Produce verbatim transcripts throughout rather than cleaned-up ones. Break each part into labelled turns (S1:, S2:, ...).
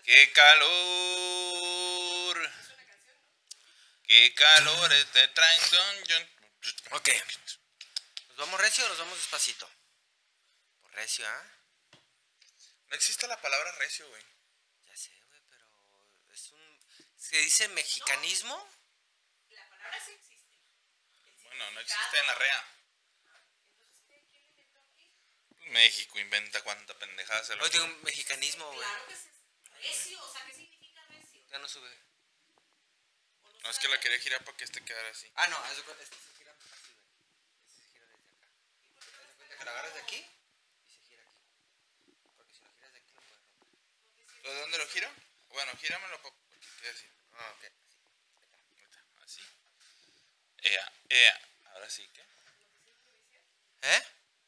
S1: ¡Qué calor! ¡Qué calor te traen!
S2: Ok. ¿Nos vamos recio o nos vamos despacito? Por recio, ¿ah? ¿eh?
S1: No existe la palabra recio, güey.
S2: Ya sé, güey, pero es un... ¿Se dice mexicanismo?
S3: No, la palabra sí existe.
S1: Bueno, no existe en la R E A.
S3: Entonces, ¿quién lo inventó aquí?
S1: México inventa cuánta pendejada se lo...
S2: Hoy tengo un mexicanismo, güey.
S3: Claro que es recio, o sea, ¿qué significa recio?
S2: Ya no sube.
S1: No, es que la quería girar para que este quedara así.
S2: Ah, no, haz de cuenta, este se gira así, güey. Este se gira desde acá. Haz de cuenta que lo agarras de aquí y se gira aquí. Porque si lo giras de aquí lo puedes romper.
S1: ¿Pero de dónde lo giro? Bueno, gíramelo para que quede así.
S2: Ah, ok.
S1: Así. Ea, ea. Ahora sí, ¿qué?
S2: ¿Eh?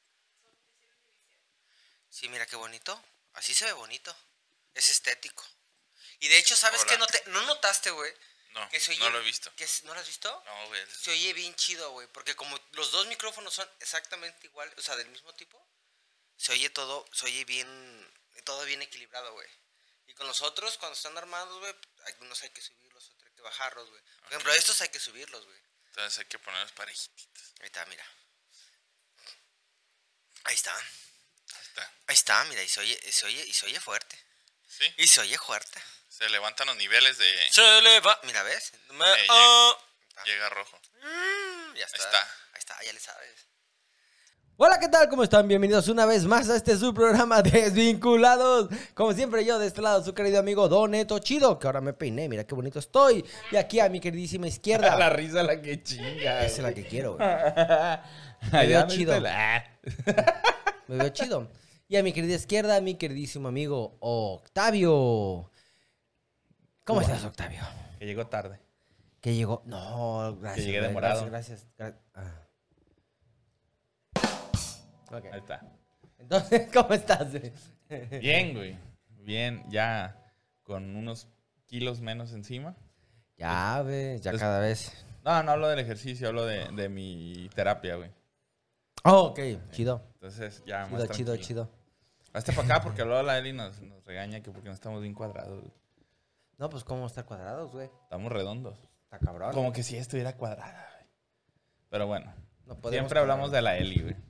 S2: Sí, mira qué bonito. Así se ve bonito. Es estético. Y de hecho, ¿sabes
S1: Hola.
S2: qué? No, te, ¿no notaste, güey?
S1: No,
S2: Que se oye,
S1: no lo he visto.
S2: Que, ¿No lo has visto?
S1: No, güey.
S2: Se oye bien chido, güey. Porque como los dos micrófonos son exactamente igual, o sea, del mismo tipo, se oye todo, se oye bien, todo bien equilibrado, güey. Y con los otros, cuando están armados, güey, algunos hay que subirlos, otros hay que bajarlos, güey. Por
S1: Ok.
S2: ejemplo, estos hay que subirlos, güey.
S1: Entonces hay que ponerlos parejitos.
S2: Ahí está, mira. Ahí está.
S1: Ahí está.
S2: Ahí está, mira, y se oye, y se oye, y se oye fuerte.
S1: ¿Sí?
S2: Y se oye fuerte.
S1: Se levantan los niveles de...
S2: Se le va. Mira, ¿ves? Me,
S1: Eh,
S2: oh.
S1: Llega rojo.
S2: Mm, ya está.
S1: Ahí está.
S2: Ahí está, ya le sabes.
S4: Hola, ¿qué tal? ¿Cómo están? Bienvenidos una vez más a este su programa Desvinculados. Como siempre, yo de este lado, su querido amigo Don Neto Chido, que ahora me peiné, mira qué bonito estoy. Y aquí a mi queridísima izquierda.
S5: La risa la que chinga.
S4: Esa es la que quiero, güey.
S5: Me
S4: veo chido. Me veo chido. Y a mi querida izquierda, mi queridísimo amigo Octavio. ¿Cómo estás, Octavio?
S5: Que llegó tarde.
S4: Que llegó. No, gracias.
S5: Que llegué
S4: güey,
S5: demorado.
S4: Gracias, gracias. gra- ah. Ok.
S5: Ahí está.
S4: Entonces, ¿cómo estás? güey?
S5: Bien, güey. Bien, ya con unos kilos menos encima.
S4: Ya, ves, ya
S5: Entonces-
S4: cada vez.
S5: No, no hablo del ejercicio, hablo de, de mi terapia, güey.
S4: Oh, ok, chido.
S5: Entonces ya más
S4: Chido, chido,
S5: tranquilo.
S4: chido.
S5: Hazte para acá porque luego la Eli nos, nos regaña que porque no estamos bien cuadrados. Güey.
S4: No, pues cómo estar cuadrados, güey.
S5: Estamos redondos.
S4: Está cabrón.
S5: Como que si estuviera cuadrada, güey. Pero bueno,
S4: No podemos
S5: siempre hablamos
S4: cuadrar.
S5: de la Eli, güey.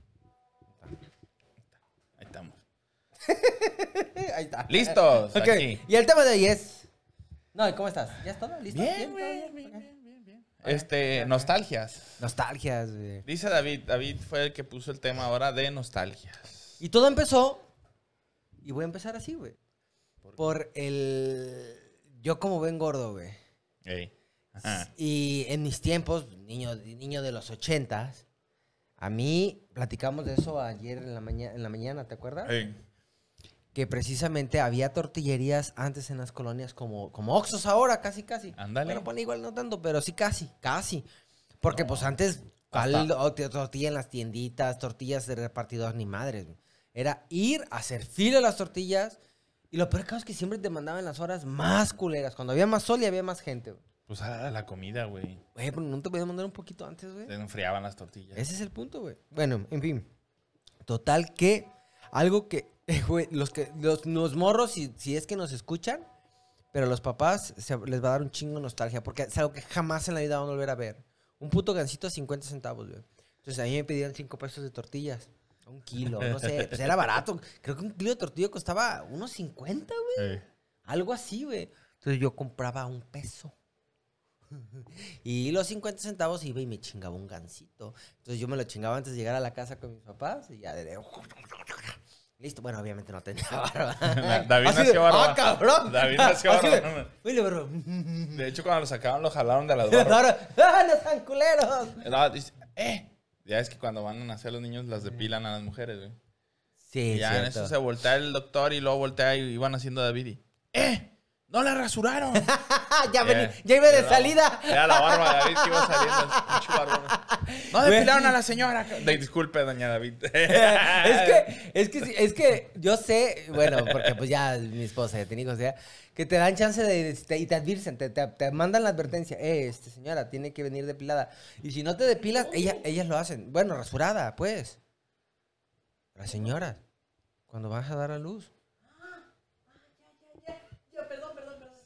S5: Ahí estamos.
S4: Ahí está.
S5: ¡Listos!
S4: Ok,
S5: Aquí.
S4: y el tema de hoy es... No, ¿y cómo estás? ¿Ya es todo? ¿Listo?
S5: Bien,
S4: ¿Todo
S5: güey.
S4: bien?
S5: Bien,
S4: Ok.
S5: bien, bien, bien. Este, nostalgias.
S4: Nostalgias, güey.
S5: Dice David, David fue el que puso el tema ahora de nostalgias.
S4: Y todo empezó... Y voy a empezar así, güey. Por el... Yo como buen gordo, güey.
S5: Ey. Ajá.
S4: Y en mis tiempos, niño, niño de los ochentas, a mí, platicamos de eso ayer en la, maña en la mañana, ¿te acuerdas?
S5: Ey.
S4: Que precisamente había tortillerías antes en las colonias como, como Oxxos ahora, casi, casi.
S5: Ándale.
S4: Bueno, pues igual no tanto, pero sí casi, casi. Porque
S5: No.
S4: pues antes,
S5: Hasta-
S4: caldo, o te- tortilla en las tienditas, tortillas de repartidor, ni madres. güey. Era ir a hacer fila a las tortillas. Y lo peor que es que siempre te mandaban las horas más culeras. Cuando había más sol y había más gente. güey.
S5: Pues a la comida, güey.
S4: Güey, pero no te podías mandar un poquito antes, güey.
S5: Se enfriaban las tortillas.
S4: Ese es el punto, güey. Bueno, en fin. Total que algo que, güey, los que los, los morros, si, si es que nos escuchan, pero los papás se- les va a dar un chingo de nostalgia, porque es algo que jamás en la vida van a volver a ver. Un puto gancito a cincuenta centavos, güey. Entonces a mí me pedían cinco pesos de tortillas. Un kilo, no sé. Pues era barato. Creo que un kilo de tortilla costaba unos cincuenta, güey.
S5: Ey.
S4: Algo así, güey. Entonces yo compraba un peso. Y los cincuenta centavos iba y me chingaba un gansito. Entonces yo me lo chingaba antes de llegar a la casa con mis papás y ya de... Listo. Bueno, obviamente no tenía barba.
S5: David
S4: Así de,
S5: nació barba.
S4: ¡Ah, cabrón!
S5: David nació
S4: Así de,
S5: barba.
S4: "Huele barba".
S5: De hecho, cuando lo sacaban, lo jalaron de las barbas.
S4: Ahora, ¡ah, no están culeros!
S5: No, dice, ¡eh! Ya es que cuando van a nacer los niños, las depilan a las mujeres, güey.
S4: Sí,
S5: Y ya en
S4: cierto.
S5: eso se voltea el doctor y luego voltea y iban haciendo David y... ¡Eh! ¡No la rasuraron!
S4: ya, vení,
S5: Eh,
S4: ya iba de
S5: era-
S4: salida.
S5: Era la barba de David que iba saliendo. pinche barbona. ¡No depilaron a la señora! De- disculpe, doña David.
S4: es que, es que, sí, es que yo sé, bueno, porque pues ya mi esposa ya tiene hijos ya, que te dan chance de, de- y te advirten, te, te, te mandan la advertencia, eh, este señora, tiene que venir depilada. Y si no te depilas, ella, ellas lo hacen. Bueno, rasurada, pues. Las señoras, cuando vas a dar a luz.
S3: Ya, perdón,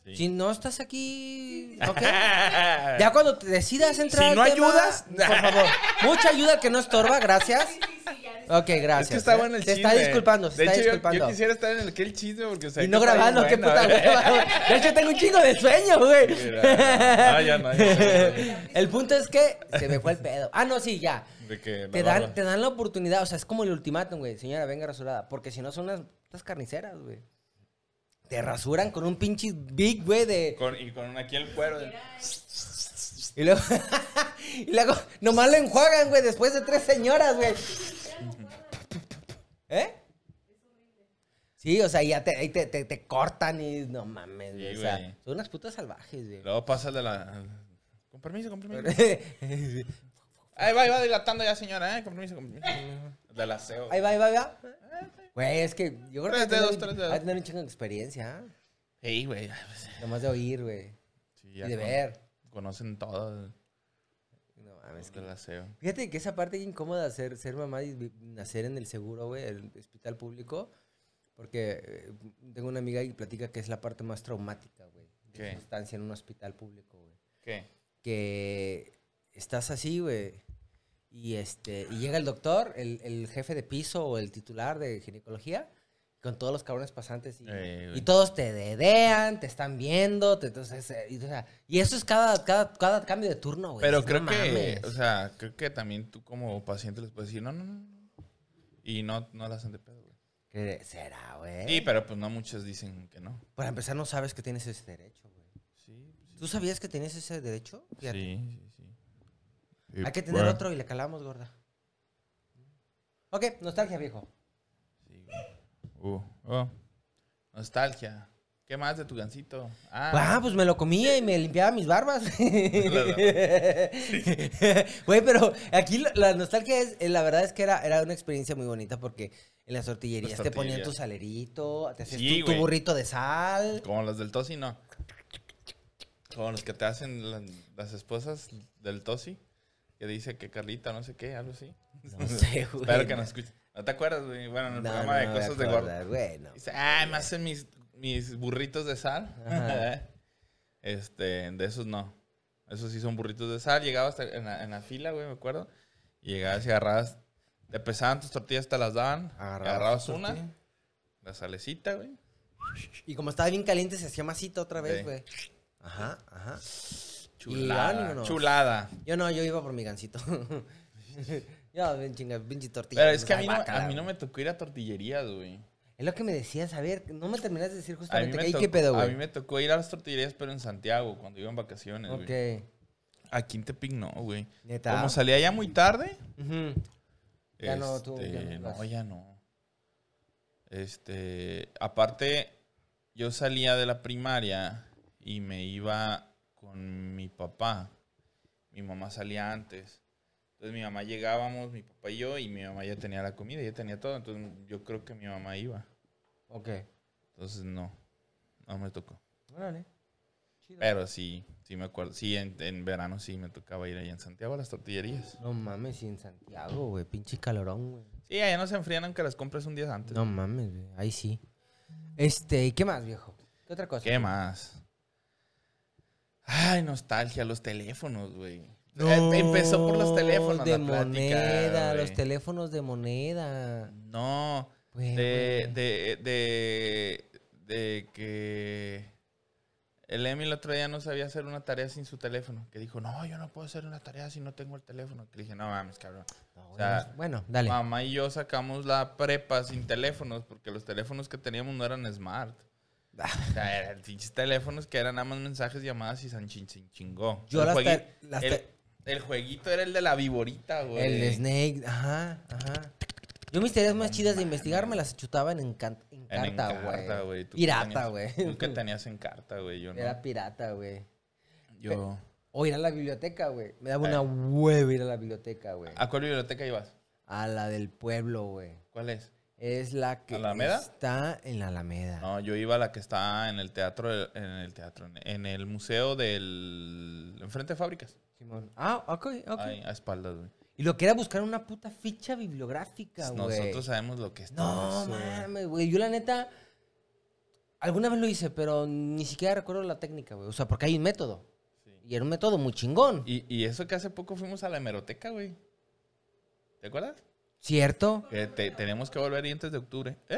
S5: Sí.
S4: Si no estás aquí, ¿ok? Ya cuando te decidas entrar
S5: Si
S4: al
S5: no
S4: tema,
S5: ayudas.
S4: por favor. Mucha ayuda que no estorba, gracias.
S3: Sí, sí, sí, ya.
S4: Ok, gracias.
S5: Es que está
S4: ¿eh?
S5: bueno el
S4: Se
S5: chisme.
S4: está disculpando, se
S5: de
S4: está
S5: hecho, yo-
S4: disculpando.
S5: Yo, quisiera estar en el que el chisme porque sé
S4: Y
S5: que
S4: no
S5: está bien
S4: grabando, qué
S5: bueno,
S4: puta
S5: güey.
S4: hueva, güey. De hecho, tengo un chingo de sueño, güey.
S5: Mira, ah, ya no, ya sé.
S4: El punto es que se me fue el pedo. Ah, no, sí, ya.
S5: De que
S4: Te
S5: la
S4: dan,
S5: barba.
S4: te dan la oportunidad, o sea, es como el ultimátum, güey. Señora, venga rasurada. Porque si no son unas putas carniceras, güey. Te rasuran con un pinche big, güey, de...
S5: Con- y con aquí el cuero. de-
S4: Y luego... y luego nomás lo enjuagan, güey, después de tres señoras, güey. ¿Eh? Sí, o sea, ya te, ahí te, te, te cortan y no mames, güey.
S5: Sí,
S4: o sea,
S5: güey.
S4: son unas putas salvajes, güey.
S5: Luego pasa el de la... Con permiso, con permiso. Ahí va, ahí va dilatando ya, señora, ¿eh? Con permiso, con permiso. El del aseo.
S4: Ahí va, ahí va, ahí va. Güey, es que yo creo
S5: Tres
S4: que
S5: dedos,
S4: hay que
S5: tres
S4: tener-
S5: dedos.
S4: hay que tener un chingo de experiencia, ¿eh?
S5: Sí, güey. ay, pues,
S4: Nomás de oír, güey.
S5: sí,
S4: Y
S5: ya
S4: de
S5: con-
S4: ver.
S5: Conocen todo
S4: No mames,
S5: el
S4: que...
S5: del aseo.
S4: Fíjate que esa parte es incómoda ser, ser mamá y vi- nacer en el seguro, güey, el hospital público. Porque eh, tengo una amiga y platica que es la parte más traumática, güey. De
S5: ¿Qué?
S4: su estancia en un hospital público, güey.
S5: ¿Qué?
S4: Que estás así, güey. Y este y llega el doctor, el, el jefe de piso o el titular de ginecología, con todos los cabrones pasantes. Y,
S5: Eh, güey.
S4: y todos te dedean, te están viendo. Te, entonces, eh, y, o sea, y eso es cada, cada, cada cambio de turno, güey.
S5: Pero
S4: No
S5: creo que,
S4: mames.
S5: o sea, creo que también tú como paciente les puedes decir, no, no, no, no. Y no, no la hacen de pedo, güey.
S4: ¿Qué será, güey?
S5: Sí, pero pues no muchos dicen que no.
S4: Para empezar, no sabes que tienes ese derecho, güey.
S5: Sí, pues,
S4: ¿Tú sabías que tenías ese derecho?
S5: sí.
S4: Fíjate.
S5: Sí, sí, sí.
S4: Hay que tener otro y le calamos, gorda. Ok, nostalgia, viejo.
S5: Sí, güey. Uh, oh. Nostalgia. ¿Qué más de tu gancito?
S4: Ah, pues me lo comía y me limpiaba mis barbas. Güey, pero aquí la, la nostalgia es, eh, la verdad es que era, era una experiencia muy bonita porque en las tortillerías,
S5: Las
S4: te ponían tu
S5: tortillerías.
S4: salerito, te hacías
S5: Sí,
S4: tu, tu
S5: güey.
S4: burrito de sal.
S5: Como los del Tosi, no. Como los que te hacen la- las esposas del Tosi. Que dice que Carlita, no sé qué, algo así.
S4: No sé, güey.
S5: Espero que nos escuchen. ¿No te acuerdas, güey? Bueno, en el
S4: No,
S5: programa
S4: no
S5: de
S4: me voy a
S5: cosas de gordo.
S4: acordar, güey, no.
S5: Dice, ay, me hacen mis, mis burritos de sal.
S4: Ajá.
S5: este, de esos no. Esos sí son burritos de sal. Llegabas hasta en la, en la fila, güey, me acuerdo. Y llegabas y agarrabas, te pesaban tus tortillas, te las daban.
S4: Agarrabas
S5: Agarrabas
S4: tu
S5: una,
S4: tortilla.
S5: la salecita, güey.
S4: Y como estaba bien caliente, se hacía masita otra vez,
S5: Sí.
S4: güey. Ajá, ajá.
S5: Chulada.
S4: vámonos.
S5: Chulada.
S4: Yo no, yo iba por mi gancito. Yo, bien chinga, pinche tortilla.
S5: Pero es que a mí, no,
S4: Guácala,
S5: a mí no
S4: güey.
S5: me tocó ir a tortillerías, güey.
S4: Es lo que me decías, a ver, no me terminas de decir
S5: A mí,
S4: justamente
S5: me
S4: que,
S5: tocó,
S4: ¿qué pedo,
S5: a
S4: güey?
S5: mí me tocó ir a las tortillerías, pero en Santiago, cuando iba en vacaciones, güey.
S4: Ok,
S5: Aquí en Tepic no, güey.
S4: neta.
S5: Como salía ya muy tarde.
S4: Ujú. Ya no, tú, ya
S5: este,
S4: no
S5: no,
S4: vas.
S5: ya no. Este, aparte, yo salía de la primaria y me iba con mi papá. Mi mamá salía antes. Entonces mi mamá llegábamos, mi papá y yo, y mi mamá ya tenía la comida, ya tenía todo. Entonces yo creo que mi mamá iba.
S4: Ok.
S5: Entonces no, no me tocó.
S4: Órale. Chido.
S5: Pero sí, sí me acuerdo. Sí, en, en verano sí me tocaba ir allá en Santiago a las tortillerías.
S4: No mames, y en Santiago, güey, pinche calorón, güey.
S5: Sí, allá no se enfrían aunque las compres un día antes.
S4: No mames, güey, ahí sí. Este, ¿y qué más, viejo? ¿Qué otra cosa?
S5: ¿Qué más? Ay, nostalgia, los teléfonos, güey.
S4: No,
S5: Eh, Empezó por los teléfonos.
S4: de
S5: la plática,
S4: moneda,
S5: güey.
S4: los teléfonos de moneda.
S5: No,
S4: Güey,
S5: de,
S4: güey.
S5: de, de, de que el Emi el otro día no sabía hacer una tarea sin su teléfono. Que dijo, no, yo no puedo hacer una tarea si no tengo el teléfono. Que le dije, no mames, cabrón.
S4: No,
S5: o sea,
S4: güey, bueno, dale.
S5: Mamá y yo sacamos la prepa sin teléfonos porque los teléfonos que teníamos no eran smart. O sea, eran pinches teléfonos que eran nada más mensajes, llamadas y san chin, chin- chingó.
S4: Yo
S5: el,
S4: las
S5: juegui-
S4: te- las
S5: el-
S4: te-
S5: el jueguito era el de la viborita, güey.
S4: El de Snake, ajá, ajá. Yo mis tareas más chidas de investigar me las chutaba en, encan- en
S5: En
S4: carta,
S5: Encarta,
S4: güey.
S5: Tú que
S4: Pirata,
S5: tenías-
S4: güey.
S5: Tú que tenías en carta, güey. Yo no.
S4: Era pirata, güey.
S5: Yo.
S4: O ir a la biblioteca, güey. Me daba
S5: Eh.
S4: una hueva ir a la biblioteca, güey.
S5: ¿A cuál biblioteca ibas?
S4: A la del pueblo, güey.
S5: ¿Cuál es?
S4: Es la que
S5: ¿Alameda?
S4: está en la Alameda.
S5: No, yo iba a la que está en el teatro, del- en el teatro, en el museo del... enfrente de fábricas.
S4: Simón. Ah, ok, ok.
S5: Ahí, a espaldas, güey.
S4: Y lo que era buscar una puta ficha bibliográfica, güey.
S5: Nosotros sabemos lo que es
S4: No
S5: todo eso, güey.
S4: mames, güey. Yo la neta. Alguna vez lo hice, pero ni siquiera recuerdo la técnica, güey. O sea, porque hay un método.
S5: Sí.
S4: Y era un método muy chingón.
S5: Y, y eso que hace poco fuimos a la hemeroteca, güey. ¿Te acuerdas?
S4: ¿Cierto?
S5: Que te- tenemos que volver ahí antes de octubre. ¿Eh?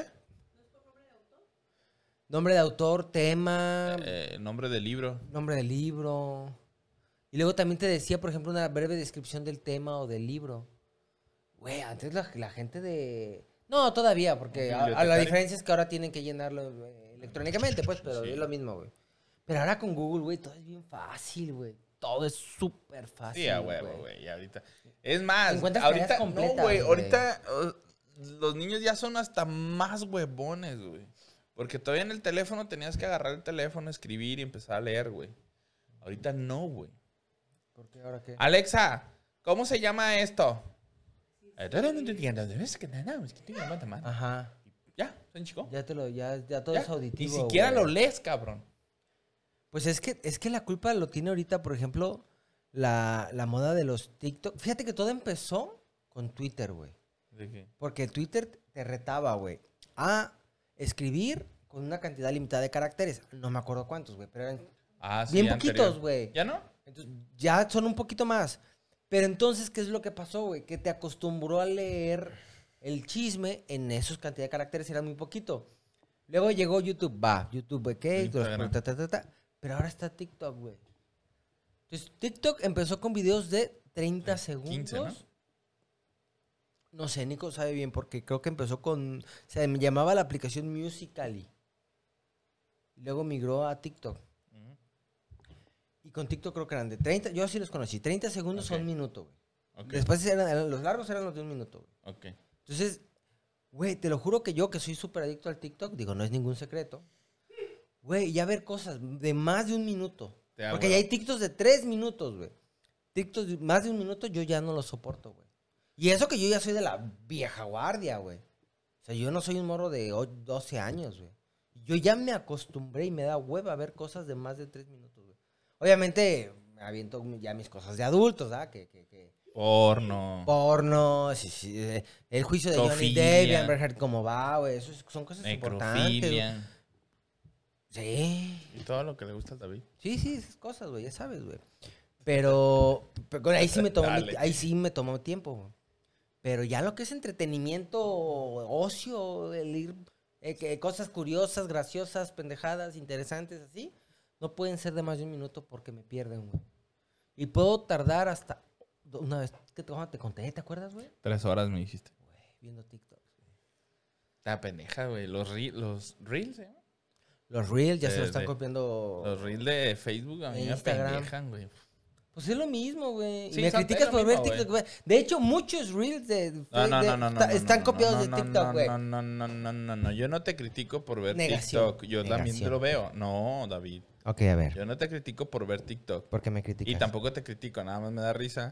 S4: Nombre de autor, tema,
S5: Eh, nombre del libro.
S4: nombre del libro. Y luego también te decía, por ejemplo, una breve descripción del tema o del libro. Güey, antes la, la gente de... No, todavía, porque
S5: ¿Un
S4: a, a la
S5: bibliotecario?
S4: diferencia es que ahora tienen que llenarlo eh, electrónicamente, pues, pero
S5: Sí.
S4: es lo mismo, güey. Pero ahora con Google, güey, todo es bien fácil, güey. Todo es súper fácil,
S5: Sí, a huevo, güey. Y ahorita. Es más,
S4: Encuentras
S5: ahorita.
S4: tareas
S5: No,
S4: completas,
S5: güey.
S4: güey.
S5: Ahorita uh, los niños ya son hasta más huevones, güey. Porque todavía en el teléfono tenías que agarrar el teléfono, escribir y empezar a leer, güey. Ahorita no, güey.
S4: ¿Por qué ahora qué?
S5: Alexa, ¿cómo se llama esto?
S4: Ajá.
S5: Ya, son chico.
S4: Ya te lo, ya, ya todo
S5: Ya,
S4: es auditivo.
S5: Ni siquiera
S4: güey.
S5: lo lees, cabrón.
S4: Pues es que, es que la culpa lo tiene ahorita, por ejemplo, la, la moda de los TikTok. Fíjate que todo empezó con Twitter, güey.
S5: ¿De qué?
S4: Porque Twitter te retaba, güey, a escribir con una cantidad limitada de caracteres. No me acuerdo cuántos, güey, pero eran
S5: Ah, sí,
S4: bien
S5: anterior.
S4: poquitos, güey.
S5: ¿Ya no?
S4: Entonces, ya son un poquito más. Pero entonces, ¿qué es lo que pasó, güey? Que te acostumbró a leer el chisme en esos cantidad de caracteres, era muy poquito. Luego llegó YouTube, va, YouTube, güey, ¿qué?
S5: Instagram.
S4: Ta, ta, ta, ta. Pero ahora está TikTok, güey. Entonces, TikTok empezó con videos de treinta segundos.
S5: quince, ¿no?
S4: No sé, Nico sabe bien porque creo que empezó con... Se llamaba la aplicación Musical.ly. Y luego migró a TikTok.
S5: Ujú.
S4: Y con TikTok creo que eran de treinta... Yo sí los conocí. treinta segundos
S5: Ok.
S4: son un minuto, güey.
S5: Ok.
S4: Después eran, eran- los largos eran los de un minuto, güey.
S5: Ok.
S4: Entonces, güey, te lo juro que yo, que soy súper adicto al TikTok, digo, no es ningún secreto. Güey, ya ver cosas de más de un minuto.
S5: Te da
S4: Porque
S5: hueva.
S4: ya hay TikToks de tres minutos, güey. TikToks de más de un minuto yo ya no los soporto, güey. Y eso que yo ya soy de la vieja guardia, güey. O sea, yo no soy un morro de o- doce años, güey. Yo ya me acostumbré y me da hueva ver cosas de más de tres minutos, güey. Obviamente, me aviento ya mis cosas de adultos, ¿ah? Que, que, que...
S5: Porno.
S4: Porno, sí, sí, eh, el juicio de Johnny
S5: Zoofilia.
S4: Depp, Amber Heard, cómo va, güey. Eso es- son cosas importantes. güey.
S5: Necrofilia.
S4: Sí,
S5: Y todo lo que le gusta al David.
S4: sí, sí, esas cosas, güey, ya sabes, güey. Pero, pero ahí sí me tomó, mi-
S5: Dale.
S4: ahí sí me tomó tiempo, güey. Pero ya lo que es entretenimiento, ocio, el ir, eh, que cosas curiosas, graciosas, pendejadas, interesantes, así, no pueden ser de más de un minuto porque me pierden, güey. Y puedo tardar hasta una vez que te, te conté, ¿te acuerdas, güey?
S5: Tres horas me dijiste.
S4: Güey, viendo TikTok.
S5: Está pendeja, güey. Los, re- los reels, ¿eh?
S4: Los Reels ya se
S5: De-
S4: lo están
S5: de-
S4: copiando.
S5: Los reels de Facebook a mí me
S4: Instagram.
S5: pendejan, güey.
S4: Pues es lo mismo, güey.
S5: Sí,
S4: y me
S5: son-
S4: criticas
S5: es lo
S4: por ver
S5: mismo,
S4: TikTok, güey. De hecho, muchos Reels de,
S5: No, no,
S4: de-
S5: no, no, no,
S4: ta-
S5: no,
S4: están
S5: no,
S4: copiados
S5: no,
S4: de
S5: no,
S4: TikTok,
S5: no,
S4: güey.
S5: No, no, no, no, no, no. Yo no te critico por ver
S4: Negación.
S5: TikTok. Yo también te
S4: Negación.
S5: lo veo. No, David.
S4: Ok, a ver.
S5: Yo no te critico por ver TikTok.
S4: ¿Por qué me criticas?
S5: Y tampoco te critico, nada más me da risa.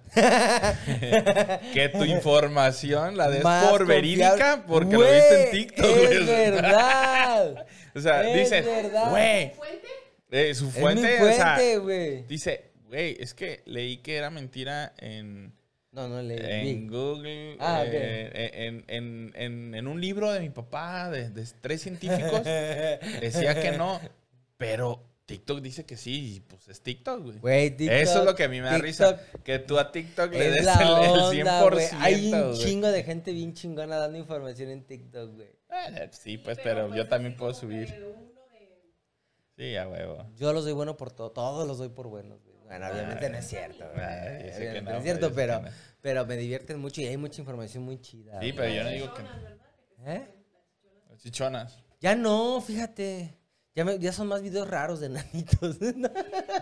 S5: Que tu información la des
S4: Más
S5: por
S4: confiable.
S5: verídica porque
S4: Güey,
S5: lo viste en TikTok,
S4: Es
S5: güey.
S4: verdad.
S5: O sea,
S4: Es
S5: dices,
S4: verdad.
S5: güey.
S3: ¿Fuente?
S5: eh, su
S4: Es
S5: fuente,
S4: mi
S5: o sea,
S4: fuente, güey.
S5: dice, güey, es que leí que era mentira en,
S4: No, no le
S5: en Google,
S4: Ah,
S5: eh, en, en, en, en un libro de mi papá, de, de tres científicos, decía que no, pero TikTok dice que sí, y pues es TikTok, güey.
S4: Güey, TikTok,
S5: Eso es lo que a mí me da risa,
S4: TikTok
S5: que tú a TikTok le
S4: es
S5: des
S4: la
S5: el, el
S4: onda,
S5: cien por
S4: güey.
S5: ciento,
S4: Hay un
S5: güey.
S4: chingo de gente bien chingona dando información en TikTok, güey.
S5: Eh, sí, pues, pero yo también puedo subir.
S3: De uno de-
S5: Sí, a huevo.
S4: Yo los doy bueno por todo, todos los doy por buenos, güey. Bueno, obviamente no es cierto, güey.
S5: Ah, yo sé que
S4: Obviamente
S5: no,
S4: no es
S5: güey,
S4: cierto,
S5: yo sé que
S4: pero,
S5: no.
S4: pero me divierten mucho y hay mucha información muy chida.
S5: Sí,
S4: güey.
S5: pero yo no digo que
S4: ¿Eh?
S5: Las chichonas.
S4: Ya no, fíjate. Ya, me- ya son más videos raros de nanitos. Sale mucho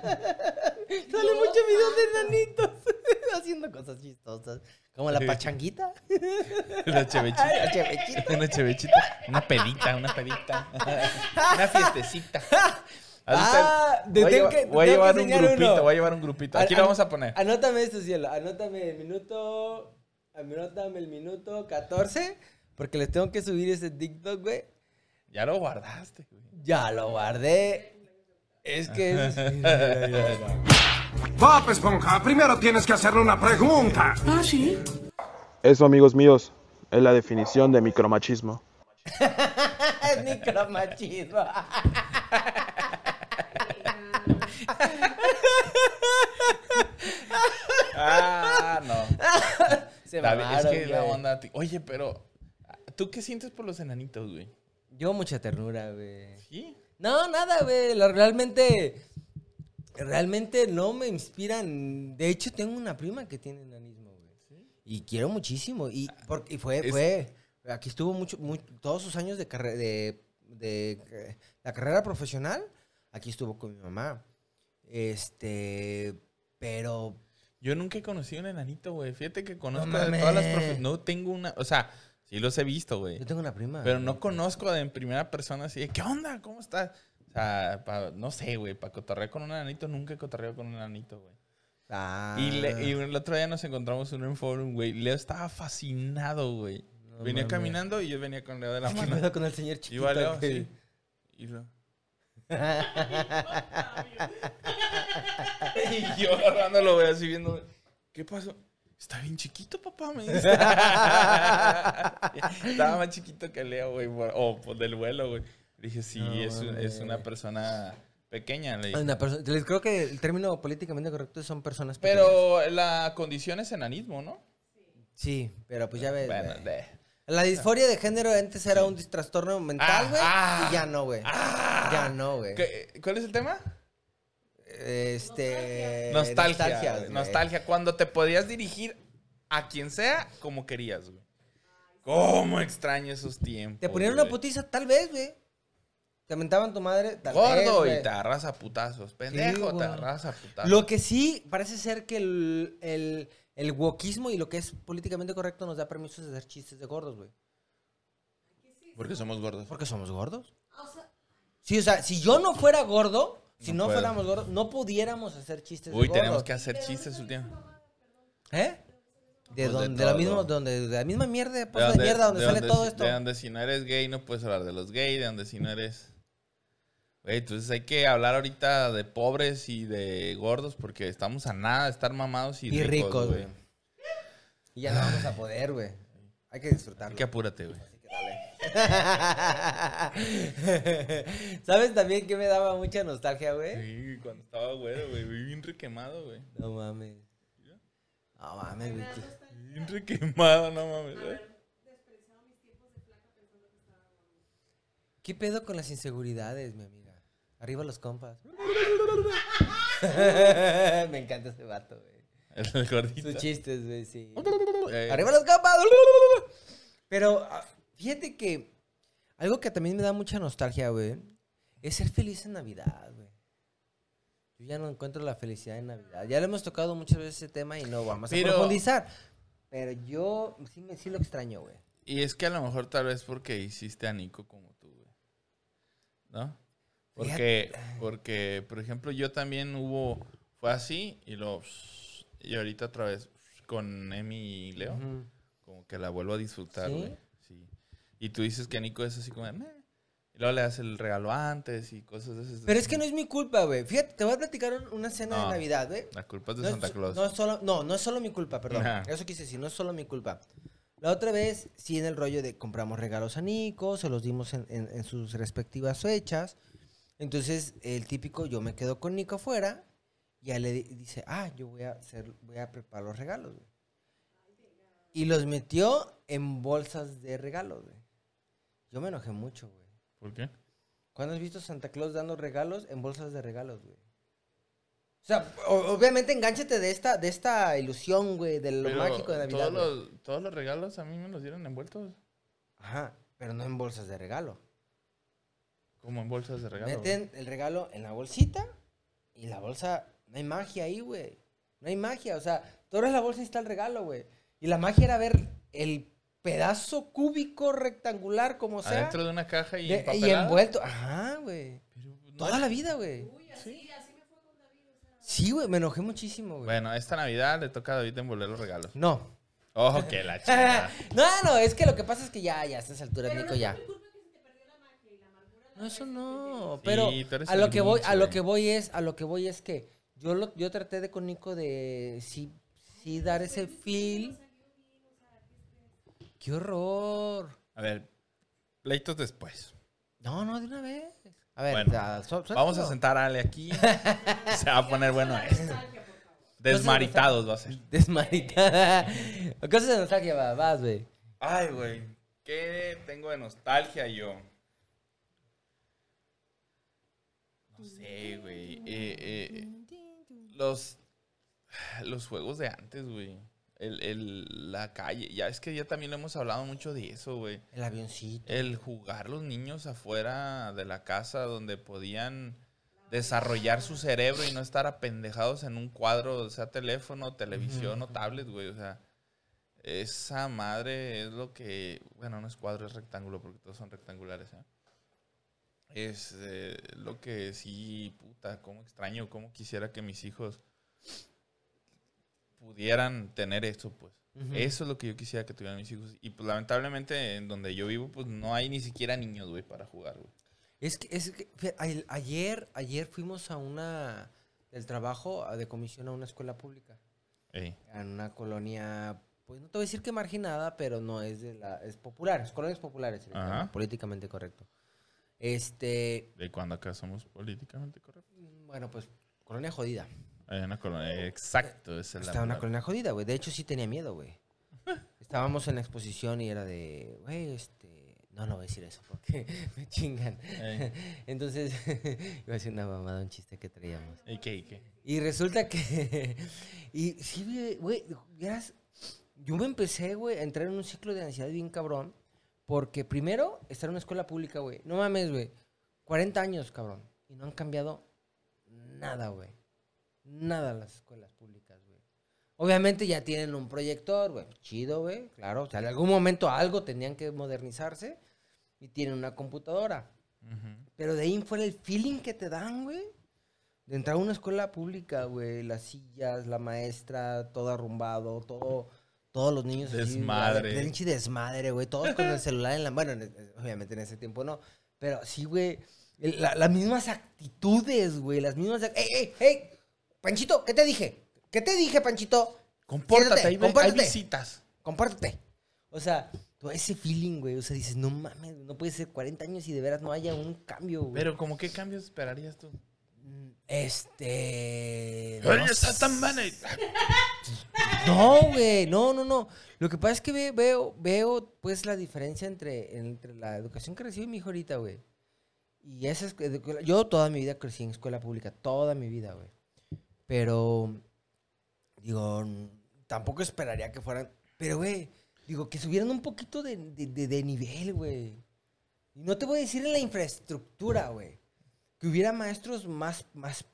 S4: videos de nanitos haciendo cosas chistosas. Como la pachanguita.
S5: Una chevechita.
S4: La chevechita.
S5: Una chevechita. Una pedita, una pedita. Una fiestecita.
S4: Ah,
S5: Ahorita
S4: te
S5: voy a
S4: tengo
S5: llevar-
S4: que-
S5: voy a
S4: tengo que
S5: llevar un
S4: enseñar
S5: grupito,
S4: uno.
S5: voy a llevar un grupito. Aquí
S4: An-
S5: lo
S4: an-
S5: vamos a poner.
S4: Anótame esto, cielo. Anótame el minuto. Anótame el minuto catorce. Porque les tengo que subir ese TikTok, güey.
S5: Ya lo guardaste, güey.
S4: Ya lo guardé. Es que es.
S6: Bob Esponja, primero tienes que hacerle una pregunta.
S7: Eso, amigos míos, es la definición de micromachismo.
S4: es micromachismo.
S5: Ah, no.
S4: Se
S5: Está bien, es
S4: mamaron,
S5: que la
S4: güey.
S5: onda... Oye, pero... ¿Tú qué sientes por los enanitos, güey?
S4: Yo mucha ternura, güey.
S5: ¿Sí?
S4: No, nada, güey. Lo- Realmente, realmente no me inspiran. De hecho, tengo una prima que tiene enanismo, güey. Y quiero muchísimo. Y, porque, y fue,
S5: Es-
S4: fue, aquí estuvo mucho, mu- todos sus años de, carre- de, de eh, la carrera profesional, aquí estuvo con mi mamá. Este, pero
S5: Yo nunca he conocido un enanito, güey. Fíjate que conozco
S4: No
S5: de todas las
S4: mames.
S5: profesiones. No tengo una... O sea, sí los he visto, güey.
S4: yo tengo una prima.
S5: Pero no
S4: güey.
S5: conozco de en primera persona así de, ¿qué onda? ¿Cómo estás? O sea, pa- no sé, güey. Para cotorrear con un enanito, nunca he cotorreado con un enanito, güey.
S4: Ah.
S5: Y, le- y el otro día nos encontramos en un forum, güey. Leo estaba fascinado, güey.
S4: No
S5: venía
S4: mames.
S5: caminando y yo venía con Leo de la
S4: ¿Qué
S5: mano.
S4: pedo con el señor chiquito?
S5: Iba Leo,
S4: güey?
S5: sí. Y, lo- y yo agarrándolo, güey, así viendo. ¿Qué pasó? Está bien chiquito, papá, me dice. Estaba más chiquito que Leo, güey. por- O por del vuelo, güey. Dije, sí,
S4: No,
S5: es, un- es una
S4: mames.
S5: persona pequeña. Le dije.
S4: Una perso- les creo que el término políticamente correcto son personas pequeñas.
S5: Pero la condición es enanismo, ¿no?
S4: Sí, pero pues ya ves.
S5: Bueno,
S4: güey.
S5: de-
S4: La disforia de género antes era un dis- trastorno mental,
S5: Ah,
S4: güey.
S5: ah.
S4: y ya no, güey. ya no, güey.
S5: ¿Qué- ¿Cuál es el tema?
S4: Este.
S5: Nostalgia.
S4: nostalgia,
S5: güey.
S4: güey.
S5: Nostalgia. Cuando te podías dirigir a quien sea como querías, güey. ¿Cómo extraño esos tiempos?
S4: Te ponían una
S5: güey.
S4: putiza, tal vez, güey. Te mentaban tu madre, tal vez.
S5: Gordo
S4: güey.
S5: y te agarras a putazos. Pendejo,
S4: güey.
S5: te agarras a putazos.
S4: Lo que sí, parece ser que el, el, el wokismo y lo que es políticamente correcto nos da permisos de hacer chistes de gordos, güey.
S5: Porque somos gordos.
S4: Porque somos gordos.
S3: O sea,
S4: Sí, o sea, si yo no fuera gordo, si
S5: No
S4: no,
S5: puedo.
S4: fuéramos gordos, no pudiéramos hacer chistes
S5: Uy,
S4: de gordos.
S5: tenemos que hacer chistes últimamente.
S4: ¿Eh? De,
S5: Pues de
S4: donde, de, la
S5: todo.
S4: misma, donde, de la misma mierda,
S5: De
S4: pozo de, mierda, donde
S5: de
S4: sale todo
S5: si-
S4: esto.
S5: De donde si no eres gay no puedes hablar de los gays, de donde si no eres... Güey, entonces hay que hablar ahorita de pobres y de gordos porque estamos a nada de estar mamados y,
S4: Y ricos,
S5: güey.
S4: güey. Y ya no vamos a poder, güey. Hay que disfrutarlo.
S5: Hay que apúrate, güey.
S4: ¿Sabes también que me daba mucha nostalgia, güey?
S5: Sí, cuando estaba güero, güey, bien requemado, güey.
S4: No mames. No mames, güey.
S5: Bien requemado, no mames, güey.
S4: ¿Qué pedo con las inseguridades, mi amiga? Arriba los compas. Me encanta ese vato, güey.
S5: El gordito.
S4: Sus chistes, güey, sí.
S5: Eh,
S4: ¡Arriba los compas! Pero ah, fíjate que algo que también me da mucha nostalgia, güey, es ser feliz en Navidad, güey. Yo ya no encuentro la felicidad en Navidad. Ya lo hemos tocado muchas veces ese tema y no vamos a
S5: Pero-
S4: profundizar. Pero yo sí, me, sí lo extraño, güey.
S5: Y es que a lo mejor tal vez porque hiciste a Nico como tú, güey. ¿No? Porque, porque, por ejemplo, yo también hubo, fue así y lo, y ahorita otra vez con Emi y Leo,
S4: Ujú.
S5: como que la vuelvo a disfrutar,
S4: ¿Sí?
S5: güey. Sí. Y tú dices que Nico es así como, de, "Meh". Y luego le das el regalo antes y cosas de esas.
S4: Pero es que no es mi culpa, güey. Fíjate, te voy a platicar un- una cena
S5: No.
S4: de Navidad, güey.
S5: La culpa es de
S4: No
S5: Santa
S4: es,
S5: Claus.
S4: no, es solo, no, no es solo mi culpa, perdón.
S5: Ajá.
S4: Eso quise decir, no es solo mi culpa. La otra vez, sí, en el rollo de compramos regalos a Nico, se los dimos en, en- en sus respectivas fechas. Entonces, el típico, yo me quedo con Nico afuera y a él le di- dice, ah, yo voy a hacer, voy a preparar los regalos, güey. Y los metió en bolsas de regalos, güey. Yo me enojé mucho, güey.
S5: ¿Por qué?
S4: ¿Cuándo has visto a Santa Claus dando regalos en bolsas de regalos, güey? O sea, o- obviamente engánchate de esta, de esta ilusión, güey, de lo
S5: Pero
S4: mágico de Navidad.
S5: Todos
S4: güey.
S5: los, todos los regalos a mí me los dieron envueltos.
S4: Ajá, pero no en bolsas de regalo.
S5: Como en bolsas de regalo. güey.
S4: Meten el regalo en la bolsita y la bolsa, no hay magia ahí, güey. No hay magia, o sea, tú abres la bolsa y está el regalo, güey. Y la magia era ver el pedazo cúbico rectangular, como sea.
S5: Adentro de una caja y
S4: de- y
S5: empapelada.
S4: envuelto. Ajá, güey.
S5: Pero no
S4: Toda
S5: era-
S4: la vida, güey. Sí, güey, me enojé muchísimo, güey.
S5: Bueno, esta Navidad le toca a David envolver los regalos.
S4: No.
S5: Ojo, que la chica.
S4: no, no, es que lo que pasa es que ya, ya a estas alturas,
S3: pero no
S4: Nico,
S3: es
S4: ya.
S3: por mi culpa que se te perdió la magia y la amargura. la
S4: No, eso
S3: traes
S4: no.
S5: Sí,
S4: Pero
S5: tú eres
S4: a
S5: el
S4: lo que voy,
S5: Grinch,
S4: a lo
S5: güey.
S4: que voy es, a lo que voy es que yo lo, yo traté de con Nico de sí, sí dar ese feel. ¡Qué horror!
S5: A ver, pleitos después.
S4: No, no, de una vez. A ver,
S5: Bueno,
S4: ya, su- suéltalo.
S5: Vamos a sentar a Ale aquí. Se va a poner bueno esto. Desmaritados va a ser.
S4: Desmaritada. Cosas de nostalgia, va, vas, güey.
S5: Ay, güey. ¿Qué tengo de nostalgia yo? No sé, güey. Eh, eh, los, los juegos de antes, güey. El, el, la calle. Ya es que ya también lo hemos hablado mucho de eso, güey.
S4: El avioncito.
S5: El jugar los niños afuera de la casa donde podían desarrollar su cerebro y no estar apendejados en un cuadro, sea teléfono, televisión o tablet, güey. O sea, esa madre es lo que... Bueno, no es cuadro, es rectángulo porque todos son rectangulares, ¿eh? Es eh, lo que sí, puta, cómo extraño, cómo quisiera que mis hijos pudieran tener eso, pues.
S4: Ujú.
S5: Eso es lo que yo quisiera que tuvieran mis hijos. Y pues lamentablemente en donde yo vivo, pues no hay ni siquiera niños, güey, para jugar, güey.
S4: Es que, es que fíjate, a- ayer, ayer fuimos a una, del trabajo, a- de comisión a una escuela pública.
S5: Ey.
S4: En una colonia, pues no te voy a decir que marginada, pero no es de la, es popular, es colonias populares, se le llama,
S5: Ajá.
S4: políticamente correcto. Este,
S5: ¿De cuándo acá somos políticamente correctos?
S4: bueno, pues, colonia jodida.
S5: Hay una colonia, exacto, esa es la
S4: Estaba una
S5: palabra.
S4: colonia jodida, güey. De hecho, sí tenía miedo, güey. Estábamos en la exposición y era de, güey, este... No, no voy a decir eso porque me chingan.
S5: Ey.
S4: Entonces, iba a decir una mamada, un chiste que traíamos.
S5: ¿Y qué? ¿Y qué?
S4: Y resulta que... y sí, güey, vieras, yo me empecé, güey, a entrar en un ciclo de ansiedad bien cabrón. Porque primero, estar en una escuela pública, güey. No mames, güey. cuarenta años, cabrón. Y no han cambiado nada, güey. Nada las escuelas públicas, güey. Obviamente ya tienen un proyector, güey. Chido, güey. Claro. O sea, en algún momento algo tenían que modernizarse. Y tienen una computadora.
S5: Ujú.
S4: Pero de ahí fuera el feeling que te dan, güey. De entrar a una escuela pública, güey. Las sillas, la maestra, todo arrumbado, todo... Todos los niños así,
S5: Desmadre.
S4: güey, pinche desmadre, güey. Todos con el celular en la... Bueno, en- obviamente en ese tiempo no. Pero sí, güey. el- la- las mismas actitudes, güey. Las mismas... ¡Ey, ey, ey! Panchito, ¿qué te dije? ¿Qué te dije, Panchito?
S5: Compórtate,
S4: Siéntate,
S5: hay, ve- hay
S4: compórtate.
S5: visitas.
S4: Compártete. O sea, todo ese feeling, güey. O sea, dices, no mames, no puede ser cuarenta años y de veras no haya un cambio, güey.
S5: Pero, ¿cómo qué cambios esperarías tú?
S4: Mm, Este...
S5: Ay,
S4: no
S5: está tan mal.
S4: No, güey, no, no, no. Lo que pasa es que ve- veo, veo, pues, la diferencia entre, entre la educación que recibe mi hijo ahorita, güey. Y esa es... Yo toda mi vida crecí en escuela pública, toda mi vida, güey. Pero, digo, n- tampoco esperaría que fueran... Pero, güey, digo, que subieran un poquito de, de, de- de nivel, güey. Y no te voy a decir en la infraestructura, güey. Que hubiera maestros más, más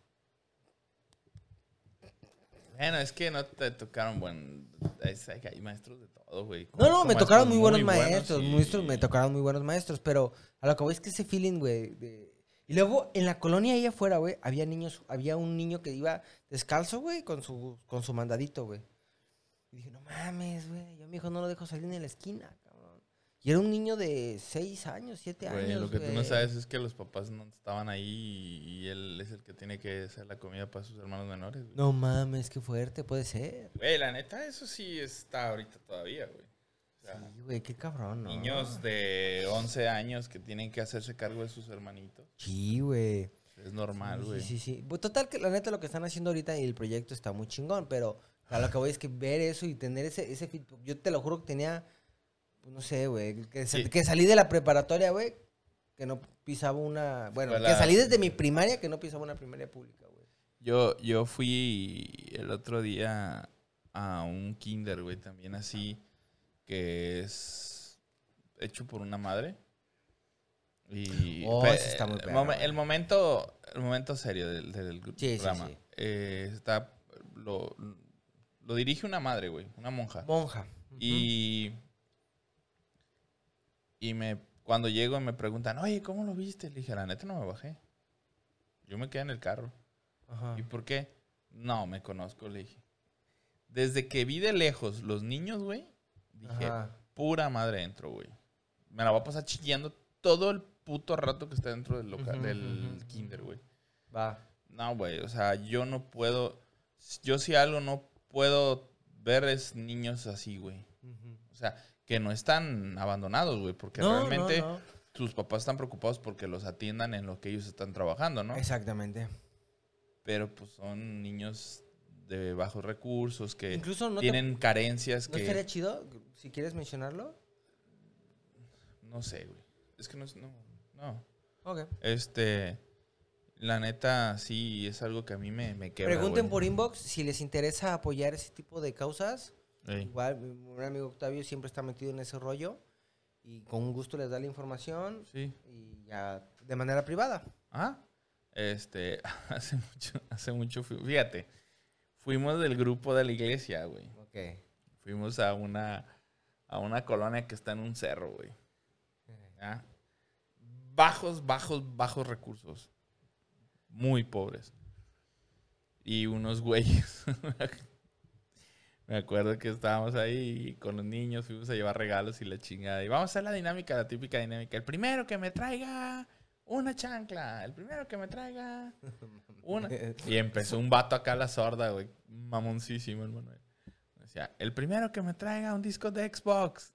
S5: Bueno, es que no te tocaron buen... es- hay maestros de todo, güey.
S4: No, no,
S5: Conozco
S4: me tocaron
S5: maestros
S4: muy buenos
S5: buenos
S4: maestros,
S5: y-
S4: maestros, me tocaron muy buenos maestros, pero a lo que voy es que ese feeling, güey, de... Y luego, en la colonia ahí afuera, güey, había niños, había un niño que iba descalzo, güey, con su, con su mandadito, güey. Y dije, no mames, güey, yo a mi hijo no lo dejo salir ni en la esquina, cabrón. Y era un niño de seis años, siete
S5: Güey,
S4: años,
S5: lo que tú no
S4: güey.
S5: sabes es que los papás no estaban ahí y, y él es el que tiene que hacer la comida para sus hermanos menores, güey.
S4: No mames, qué fuerte puede ser.
S5: Güey, la neta, eso sí está ahorita todavía, güey. O sea,
S4: Sí, güey, qué cabrón, ¿no?
S5: niños de once años que tienen que hacerse cargo de sus hermanitos.
S4: Sí, güey.
S5: Es normal,
S4: Sí,
S5: güey.
S4: Sí, sí, sí. Pues, total, que la neta lo que están haciendo ahorita y el proyecto está muy chingón, pero a lo que voy es que ver eso y tener ese, ese fit- yo te lo juro que tenía, pues, no sé, güey, que, sa-
S5: Sí.
S4: que salí de la preparatoria, güey, que no pisaba una, bueno,
S5: Escuela-
S4: que salí desde mi primaria que no pisaba una primaria pública, güey.
S5: Yo, yo fui el otro día a un kinder, güey, también así, que es hecho por una madre. Y
S4: Oh,
S5: pe-
S4: sí está muy
S5: el,
S4: perro,
S5: momen-
S4: güey.
S5: el momento, el momento serio del, del
S4: Sí, sí,
S5: programa.
S4: sí.
S5: eh, está, lo, lo dirige una madre, güey, una monja.
S4: Monja.
S5: Y, y me, cuando llego me preguntan, oye, ¿cómo lo viste? Le dije, la neta no me bajé. Yo me quedé en el carro.
S4: Ajá.
S5: ¿Y por qué? No, me conozco, le dije. Desde que vi de lejos los niños, güey, dije,
S4: Ajá.
S5: pura madre dentro, güey. Me la voy a pasar chillando todo el puto rato que está dentro del, local,
S4: Ujú,
S5: del
S4: ujú,
S5: kinder, güey.
S4: Va.
S5: No, güey, o sea, yo no puedo... Yo si algo no puedo ver es niños así, güey.
S4: Ujú.
S5: O sea, que no están abandonados, güey, porque
S4: No,
S5: realmente...
S4: no, no.
S5: sus papás están preocupados porque los atiendan en lo que ellos están trabajando, ¿no?
S4: Exactamente.
S5: Pero pues son niños de bajos recursos que
S4: Incluso no te-
S5: tienen carencias
S4: ¿No
S5: que...
S4: estaría chido si quieres mencionarlo?
S5: No sé, güey. Es que no es... No, no.
S4: Ok.
S5: Este... La neta, sí, es algo que a mí me, me quebra,
S4: Pregunten
S5: güey.
S4: por inbox si les interesa apoyar ese tipo de causas.
S5: Ey.
S4: Igual, mi buen amigo Octavio siempre está metido en ese rollo. Y con gusto les da la información.
S5: Sí.
S4: Y ya de manera privada.
S5: Ah, este, hace mucho, hace mucho, fui- fíjate, fuimos del grupo de la iglesia, güey.
S4: Ok.
S5: Fuimos a una, a una colonia que está en un cerro, güey. ¿Ya? Bajos, bajos, bajos recursos. Muy pobres. Y unos güeyes. Me acuerdo que estábamos ahí con los niños, fuimos a llevar regalos y la chingada. Y vamos a hacer la dinámica, la típica dinámica. El primero que me traiga una chancla. El primero que me traiga una. Y empezó un vato acá a la sorda, güey. Mamoncísimo, el Manuel. Decía, el primero que me traiga un disco de Xbox.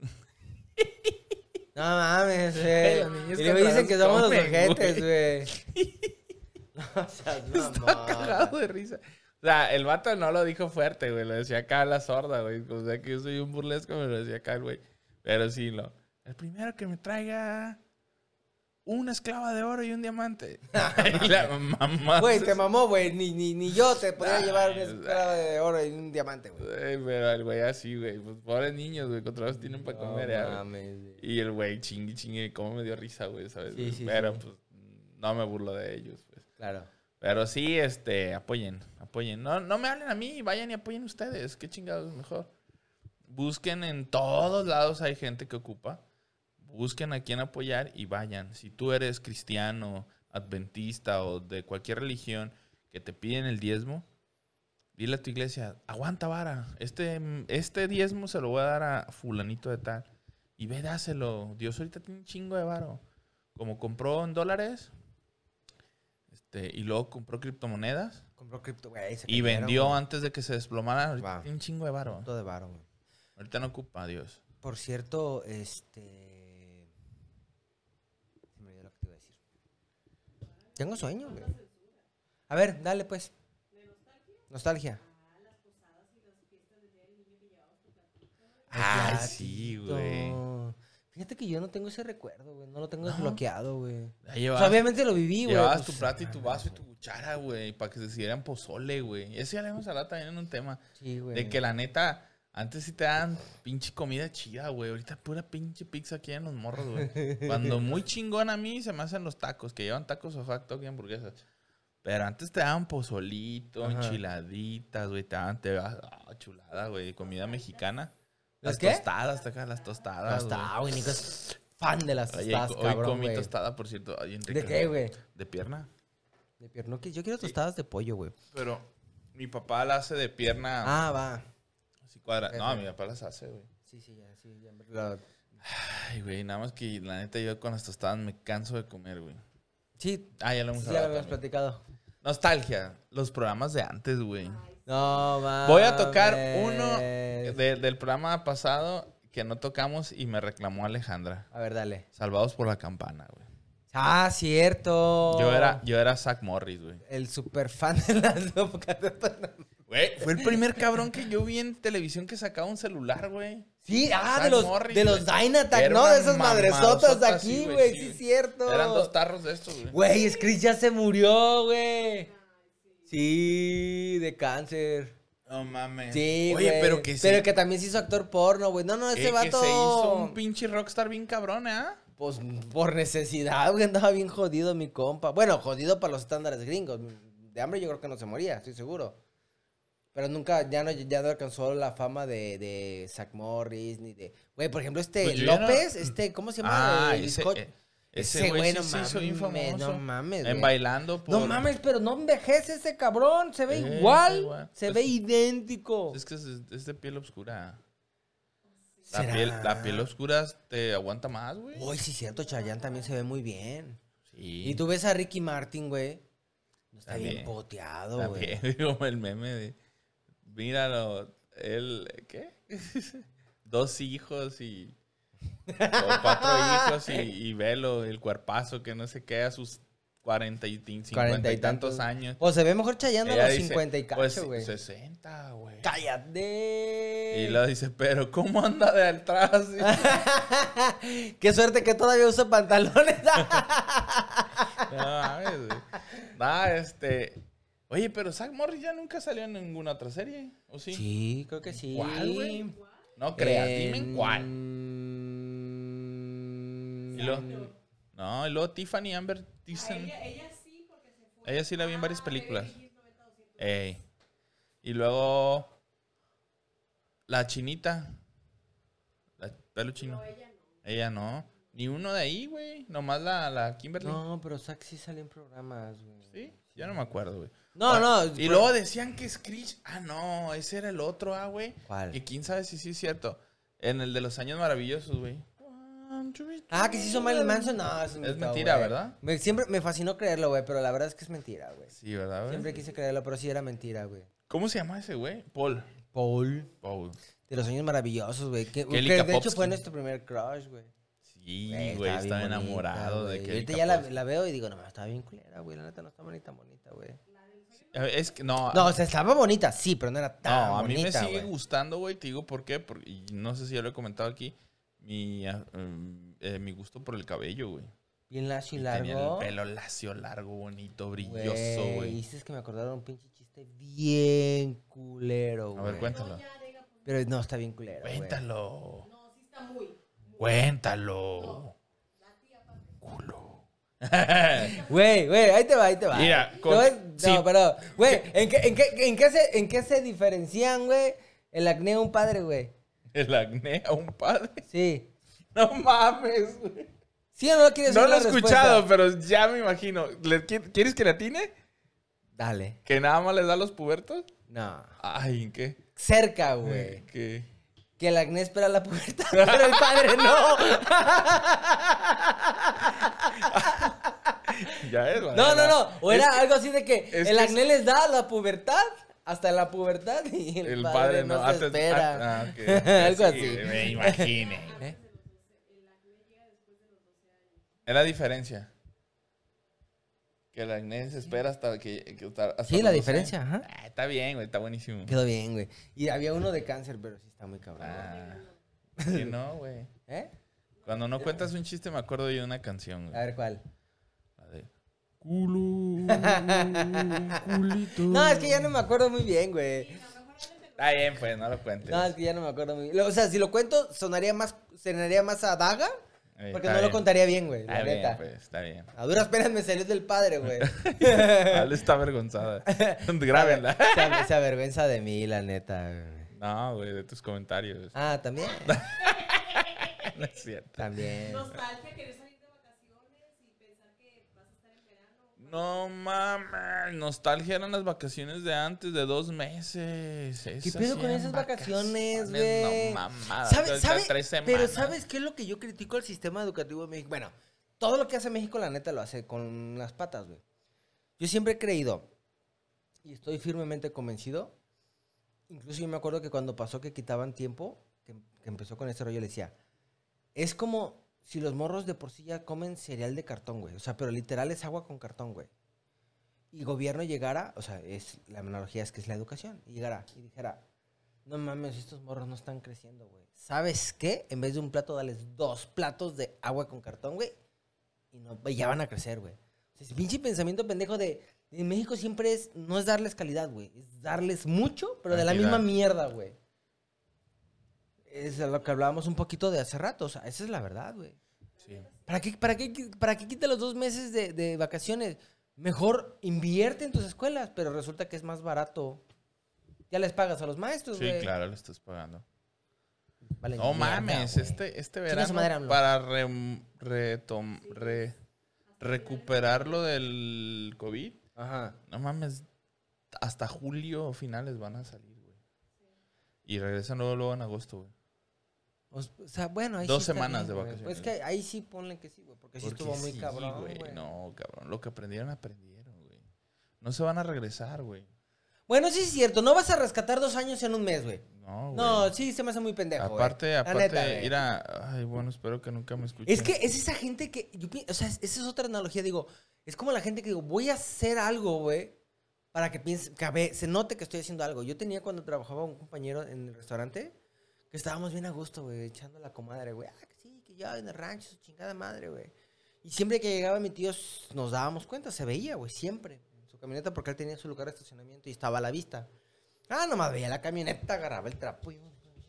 S4: No mames, güey.
S5: Los niños
S4: Y luego
S5: contra
S4: dicen
S5: los
S4: que somos los
S5: comen,
S4: ojetes, güey. No seas
S5: Está
S4: mamón.
S5: cagado de risa. O sea, el vato no lo dijo fuerte, güey. Lo decía acá a la sorda, güey. O sea, que yo soy un burlesco, me lo decía acá el güey. Pero sí, lo. El primero que me traiga una esclava de oro y un diamante. Y la mamá.
S4: Güey,
S5: se-
S4: te mamó, güey. Ni, ni, ni yo te podría
S5: Ay,
S4: llevar una
S5: ay.
S4: esclava de oro y un diamante, güey.
S5: Ay, pero el güey así, güey. Pues pobres niños, güey. Contra los tienen para comer, ya,
S4: No
S5: güey.
S4: mames, güey.
S5: Y el güey chingue, chingue. Cómo me dio risa, güey, ¿sabes?
S4: Sí, sí,
S5: pero
S4: sí.
S5: pues no me burlo de ellos, pues.
S4: Claro.
S5: Pero sí, este, apoyen, apoyen. No, no me hablen a mí, vayan y apoyen ustedes. Qué chingados mejor. Busquen en todos lados, hay gente que ocupa. Busquen a quién apoyar y vayan. Si tú eres cristiano, adventista o de cualquier religión que te piden el diezmo, dile a tu iglesia, aguanta vara, este, este diezmo se lo voy a dar a fulanito de tal. Y ve, dáselo. Dios ahorita tiene un chingo de varo. Como compró en dólares... Este, y luego compró criptomonedas
S4: Compró cripto, güey. se
S5: y
S4: cayeron,
S5: vendió
S4: güey.
S5: antes de que se desplomaran. Ahorita
S4: Va.
S5: tiene un chingo de varo.
S4: Todo de varo, güey.
S5: Ahorita no ocupa, Dios.
S4: Por cierto, este... Se me olvidó lo que te iba a decir. Tengo sueño, güey. A ver, dale, pues. Nostalgia.
S5: Ay,
S4: El
S5: sí,
S4: platito.
S5: güey.
S4: Fíjate que yo no tengo ese recuerdo, güey. No lo tengo desbloqueado, güey.
S5: Ya
S4: O
S5: llevabas,
S4: sea, obviamente lo viví, güey.
S5: llevabas
S4: pues,
S5: tu plato y tu vaso y tu cuchara, güey, para que se siguieran pozole, güey. Eso ya le hemos hablado también en un tema.
S4: Sí, güey.
S5: De que la neta, antes sí te dan pinche comida chida, güey. Ahorita pura pinche pizza aquí en los morros, güey. Cuando muy chingón a mí se me hacen los tacos, que llevan tacos o hot dog y hamburguesas. Pero antes te daban pozolito,
S4: Ajá.
S5: enchiladitas, güey. Te daban, te daban, ah, chulada, güey. Comida mexicana.
S4: ¿Las
S5: Las
S4: qué?
S5: tostadas, te acá, las tostadas.
S4: Tostada, güey. Nico es fan de las
S5: Oye,
S4: tostadas,
S5: hoy
S4: cabrón,
S5: comí
S4: güey.
S5: tostada, por cierto. Ay,
S4: ¿De qué, güey?
S5: De pierna.
S4: De pierna. Yo quiero tostadas de pollo, güey.
S5: Pero mi papá la hace de pierna
S4: Ah, va.
S5: así cuadra.
S4: ok,
S5: No,
S4: ok.
S5: mi papá las hace, güey.
S4: Sí, sí, ya, sí. Ya. la-
S5: Ay, güey, nada más que la neta yo con las tostadas me canso de comer, güey.
S4: Sí,
S5: Ah, ya lo hemos
S4: sí, ya lo
S5: hablado
S4: habíamos
S5: también.
S4: platicado.
S5: Nostalgia. Los programas de antes, güey.
S4: No, mames.
S5: Voy a tocar uno de- del programa pasado que no tocamos y me reclamó Alejandra.
S4: A ver, dale.
S5: Salvados por la campana, güey.
S4: Ah, cierto.
S5: Yo era, yo era Zach Morris, güey.
S4: El super fan de las épocas de Panamá.
S5: Güey, fue el primer cabrón que yo vi en televisión que sacaba un celular, güey.
S4: Sí, ah,
S5: Zack
S4: de los,
S5: Morris,
S4: de los
S5: güey.
S4: Dynatac,
S5: Era
S4: ¿no?
S5: una
S4: De esas madresotas
S5: mamadosota
S4: aquí,
S5: así,
S4: güey.
S5: sí,
S4: Sí,
S5: güey.
S4: cierto.
S5: Eran dos tarros de estos, güey.
S4: Güey, Screech ya se murió, güey. Sí, de cáncer.
S5: No mames.
S4: Sí,
S5: Oye,
S4: güey.
S5: pero que sí.
S4: Pero que también se hizo actor porno, güey. No, no,
S5: eh,
S4: ese
S5: que
S4: vato.
S5: se hizo un pinche rockstar bien cabrón, ¿eh?
S4: Pues por necesidad, güey. Andaba bien jodido mi compa. Bueno, jodido para los estándares gringos. De hambre yo creo que no se moría, estoy seguro. Pero nunca, ya no, ya no alcanzó la fama de, de Zach Morris, ni de... Güey, por ejemplo, este
S5: Pues yo ya no-
S4: López, este, ¿cómo se llama?
S5: Ah,
S4: El
S5: ese,
S4: bizcocho.
S5: eh, ese güey sí
S4: no
S5: se hizo bien
S4: mames,
S5: famoso.
S4: no mames,
S5: En
S4: güey.
S5: bailando por...
S4: No mames, pero no envejece ese cabrón. Se ve
S5: Eh,
S4: igual.
S5: igual.
S4: Se
S5: Pues-
S4: ve idéntico.
S5: Es que es, es de piel oscura. La
S4: ¿Será?
S5: piel, la piel oscura te aguanta más, güey.
S4: Uy, sí, cierto. Chayanne también se ve muy bien.
S5: Sí.
S4: Y tú ves a Ricky Martin, güey. No está
S5: También.
S4: bien poteado, güey.
S5: También, como el meme de... Míralo, él... ¿Qué? Dos hijos y... Con cuatro hijos y, y velo, el cuerpazo que no sé qué a sus cuarenta y cincuenta
S4: Cuarenta y
S5: y tantos
S4: tantos.
S5: años.
S4: O se ve mejor Chayanne a
S5: Ella
S4: los
S5: dice,
S4: cincuenta y
S5: pues,
S4: cacho, güey.
S5: sesenta, güey.
S4: ¡Cállate!
S5: Y luego dice, pero ¿cómo anda de atrás?
S4: ¡Qué suerte que todavía usa pantalones!
S5: No mames, güey. No, este... Oye, pero Zack Morris ya nunca salió en ninguna otra serie, ¿o sí?
S4: Sí, creo que sí.
S5: ¿Cuál, güey? No creas, dime en cuál.
S4: En...
S5: Y luego, no, y luego Tiffany Amber Thiessen.
S3: Ella, ella sí, porque se fue.
S5: Ella sí la vi en
S3: Ah,
S5: varias películas.
S3: Beverly Hills noventa, doscientos.
S5: Ey. Y luego la chinita. La pelo chino.
S3: No, ella no.
S5: Ella no. Ni uno de ahí, güey. Nomás la, la Kimberly.
S4: No, pero Zack sí salió en programas, güey.
S5: Sí, ya no me acuerdo, güey.
S4: No,
S5: Ah,
S4: no.
S5: Y
S4: pero-
S5: luego decían que Screech. Ah, no, ese era el otro, ah, güey.
S4: ¿Cuál?
S5: Que quién sabe si sí es cierto. En el de los años maravillosos, güey.
S4: Ah, que se hizo Marilyn Manson. No, es,
S5: Es
S4: mito,
S5: mentira,
S4: güey.
S5: ¿verdad?
S4: Me, siempre me fascinó creerlo, güey, pero la verdad es que es mentira, güey.
S5: Sí, ¿verdad, güey?
S4: Siempre quise creerlo, pero sí era mentira, güey.
S5: ¿Cómo se llama ese, güey? Paul.
S4: Paul.
S5: Paul.
S4: De los años maravillosos, güey. Que,
S5: Kelly
S4: que de hecho
S5: Kapowski.
S4: fue nuestro primer crush, güey.
S5: Sí,
S4: Güey,
S5: güey,
S4: estaba
S5: estaba
S4: bien
S5: enamorado
S4: bonita,
S5: de
S4: güey.
S5: que
S4: Ahorita ya la, la veo y digo, no, estaba bien culera, güey. La neta no estaba ni tan bonita, güey.
S5: Es que no.
S4: No, o sea, estaba bonita, sí, pero no era tan
S5: No, a mí
S4: bonita,
S5: me sigue
S4: güey.
S5: gustando, güey. Te digo por qué. Porque, y no sé si ya lo he comentado aquí. Mi, ah, um, eh, mi gusto por el cabello, güey.
S4: Bien lacio y
S5: Y tenía
S4: largo.
S5: el pelo lacio, largo, bonito, brilloso,
S4: Güey,
S5: güey.
S4: dices que me acordaron un pinche chiste bien culero,
S5: A
S4: güey.
S5: ver, cuéntalo.
S4: Pero no, está bien culero, güey.
S5: Cuéntalo.
S3: No, sí está muy.
S5: Cuéntalo. Culo.
S4: Güey, güey, ahí te va, ahí te va.
S5: Mira,
S4: Te
S5: con-
S4: voy- No,
S5: sí.
S4: pero, güey, ¿en qué, en, qué, en, qué se, ¿en qué se diferencian, güey, el acné de un padre, güey?
S5: El acné a un padre.
S4: Sí.
S5: No mames, güey.
S4: ¿Sí o no quieres
S5: No
S4: oír
S5: lo he
S4: la
S5: escuchado,
S4: respuesta?
S5: pero ya me imagino. ¿Le- qui- ¿Quieres que le atine?
S4: Dale.
S5: ¿Que nada más les da los pubertos?
S4: No.
S5: Ay, ¿en qué?
S4: Cerca, güey.
S5: ¿Qué?
S4: Que el acné espera la pubertad, pero el padre no.
S5: Ya es,
S4: No, no, no. O
S5: Es
S4: era
S5: que-
S4: algo así de que
S5: es
S4: el
S5: que
S4: acné les da la pubertad, hasta la pubertad, y el,
S5: El
S4: padre,
S5: padre
S4: no,
S5: no.
S4: se
S5: antes-
S4: espera.
S5: ah, ah, ok.
S4: Algo
S5: Sí,
S4: así.
S5: Me imagine.
S4: ¿Eh?
S5: Es la diferencia. Que el acné se espera hasta que... que hasta- hasta
S4: Sí,
S5: los
S4: la
S5: doce.
S4: diferencia, ajá.
S5: Ah, está bien, güey. Está buenísimo.
S4: Quedó bien, güey. Y había uno de cáncer, pero sí está muy cabrón.
S5: Ah, que no, güey.
S4: ¿Eh?
S5: Cuando no cuentas un chiste me acuerdo yo de una canción,
S4: A
S5: güey.
S4: ver cuál.
S5: La de... Culo, culito.
S4: No, es que ya no me acuerdo muy bien, güey.
S5: Está bien, pues, no lo cuentes.
S4: No, es que ya no me acuerdo muy bien. O sea, si lo cuento, sonaría más, sonaría más a daga,
S5: Eh,
S4: porque
S5: está
S4: no lo
S5: bien.
S4: contaría bien, güey.
S5: Está
S4: La
S5: bien,
S4: neta.
S5: pues, está bien.
S4: A duras penas me salió del padre, güey.
S5: Ale está avergonzada. Grábenla.
S4: Se, se avergüenza de mí, la neta, güey.
S5: No, güey, de tus comentarios.
S4: Ah, también.
S5: No es cierto.
S4: También.
S3: Nostalgia, querer salir de vacaciones y pensar que vas a estar en verano.
S5: No mames, nostalgia eran las vacaciones de antes, de dos meses.
S4: ¿Qué
S5: Esas
S4: pedo
S5: sí
S4: con
S5: eran
S4: esas vacaciones,
S5: vacaciones,
S4: güey?
S5: No mamada.
S4: ¿Sabe- sabe?
S5: Tres
S4: Pero
S5: semanas.
S4: ¿sabes qué es lo que yo critico al sistema educativo de México? Bueno, todo lo que hace México, la neta, lo hace con las patas, güey. Yo siempre he creído, y estoy firmemente convencido, incluso yo me acuerdo que cuando pasó que quitaban tiempo, que, que empezó con este rollo, le decía, es como si los morros de por sí ya comen cereal de cartón, güey. O sea, pero literal es agua con cartón, güey. Y gobierno llegara, o sea, es, la analogía es que es la educación, y llegara y dijera, no mames, estos morros no están creciendo, güey. ¿Sabes qué? En vez de un plato, dales dos platos de agua con cartón, güey. Y no, y ya van a crecer, güey. O sea, ese pinche pensamiento pendejo de, en México siempre es, no es darles calidad, güey. Es darles mucho, pero de la
S5: Cantidad.
S4: misma mierda, güey. Es lo que hablábamos un poquito de hace rato, o sea, esa es la verdad, güey.
S5: Sí.
S4: ¿Para qué, para qué, para qué quita los dos meses de, de vacaciones? Mejor invierte en tus escuelas, pero resulta que es más barato. Ya les pagas a los maestros,
S5: Sí,
S4: güey.
S5: claro, le estás pagando.
S4: Vale,
S5: No
S4: mierda,
S5: mames,
S4: güey.
S5: este, este
S4: Chinga su
S5: verano
S4: madre, AMLO.
S5: para re, retom- re- recuperar lo del COVID,
S4: Ajá.
S5: no mames, hasta julio finales van a salir, güey. Y regresan luego, luego en agosto, güey.
S4: O o sea, bueno, ahí
S5: Dos
S4: sí está
S5: semanas
S4: bien,
S5: de
S4: güey.
S5: vacaciones.
S4: Pues que ahí sí ponle que sí, güey, porque sí
S5: Porque
S4: estuvo muy
S5: sí,
S4: cabrón,
S5: güey.
S4: güey.
S5: No, cabrón, lo que aprendieron, aprendieron, güey. No se van a regresar, güey.
S4: Bueno, sí es cierto. No vas a rescatar dos años en un mes, güey.
S5: No, güey.
S4: No, sí, se me hace muy pendejo, güey.
S5: Aparte,
S4: La
S5: aparte,
S4: neta, güey.
S5: ir a... Ay, bueno, espero que nunca me escuchen.
S4: Es que es esa gente que... Yo, pi- o sea, esa es otra analogía. Digo, es como la gente que digo, voy a hacer algo, güey, para que piense, que a ver, se note que estoy haciendo algo. Yo tenía cuando trabajaba un compañero en el restaurante, que estábamos bien a gusto, güey, echando la comadre, güey. Ah, que sí, que yo en el rancho, su chingada madre, güey. Y siempre que llegaba mi tío, s- nos dábamos cuenta, se veía, güey, siempre. En su camioneta, porque él tenía su lugar de estacionamiento y estaba a la vista. Ah, nomás veía la camioneta, agarraba el trapo y...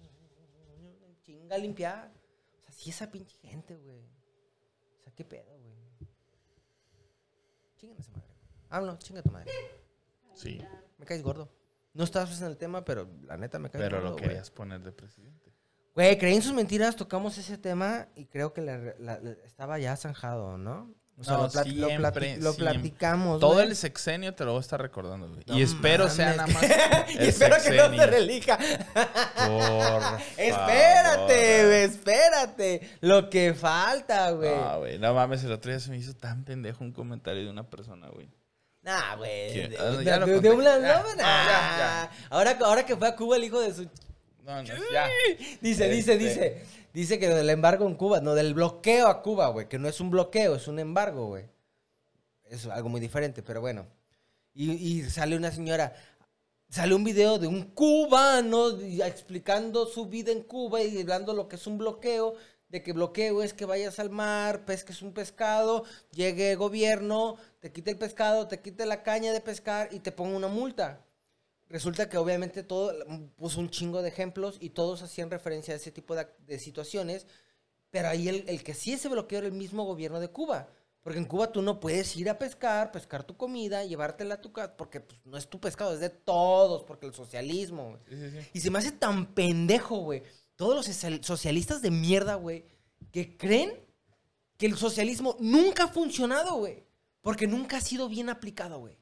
S4: Chinga, limpiar. O sea, sí esa pinche gente, güey. O sea, qué pedo, güey. Chingan a esa madre. Ah, no, chinga tu madre.
S5: Sí,
S4: Me caes gordo. No estás en el tema, pero la neta me caes
S5: pero
S4: gordo,
S5: lo
S4: güey.
S5: querías poner de presidente.
S4: Güey, creí en sus mentiras, tocamos ese tema y creo que la- la- la- estaba ya zanjado, ¿no? O sea,
S5: No,
S4: lo, plati- lo
S5: siempre,
S4: plati- lo
S5: siempre.
S4: platicamos,
S5: Todo
S4: güey.
S5: el sexenio te lo voy a estar recordando, güey.
S4: No
S5: y espero sea nada
S4: mames.
S5: más
S4: Y
S5: el
S4: espero que no
S5: sexenio.
S4: se relija.
S5: Por
S4: Espérate,
S5: favor.
S4: güey, espérate. Lo que falta, güey.
S5: No, güey, no mames, el otro día se me hizo tan pendejo un comentario de una persona, güey.
S4: Nah, güey.
S5: ¿Qué?
S4: De,
S5: Ah,
S4: de-
S5: ya lo
S4: de- de
S5: conté.
S4: un lado,
S5: Ya,
S4: no,
S5: no,
S4: nah.
S5: ya, ya.
S4: Ahora, ahora que fue a Cuba el hijo de su...
S5: No, no, ya.
S4: Dice, dice,
S5: Este-
S4: dice. Dice que del embargo en Cuba, no, del bloqueo a Cuba, güey. Que no es un bloqueo, es un embargo, güey. Es algo muy diferente, pero bueno. Y, y sale una señora... Sale un video de un cubano y- explicando su vida en Cuba y hablando lo que es un bloqueo, de que bloqueo es que vayas al mar, pesques un pescado, llegue el gobierno, te quite el pescado, te quite la caña de pescar y te ponga una multa. Resulta que obviamente todo, puso un chingo de ejemplos y todos hacían referencia a ese tipo de, de situaciones, pero ahí el, el que sí ese bloqueo era el mismo gobierno de Cuba. Porque en Cuba tú no puedes ir a pescar, pescar tu comida, llevártela a tu casa, porque pues, no es tu pescado, es de todos, porque el socialismo, güey.
S5: Sí, sí, sí.
S4: Y se me hace tan pendejo, güey. Todos los social- socialistas de mierda, güey, que creen que el socialismo nunca ha funcionado, güey. Porque nunca ha sido bien aplicado, güey.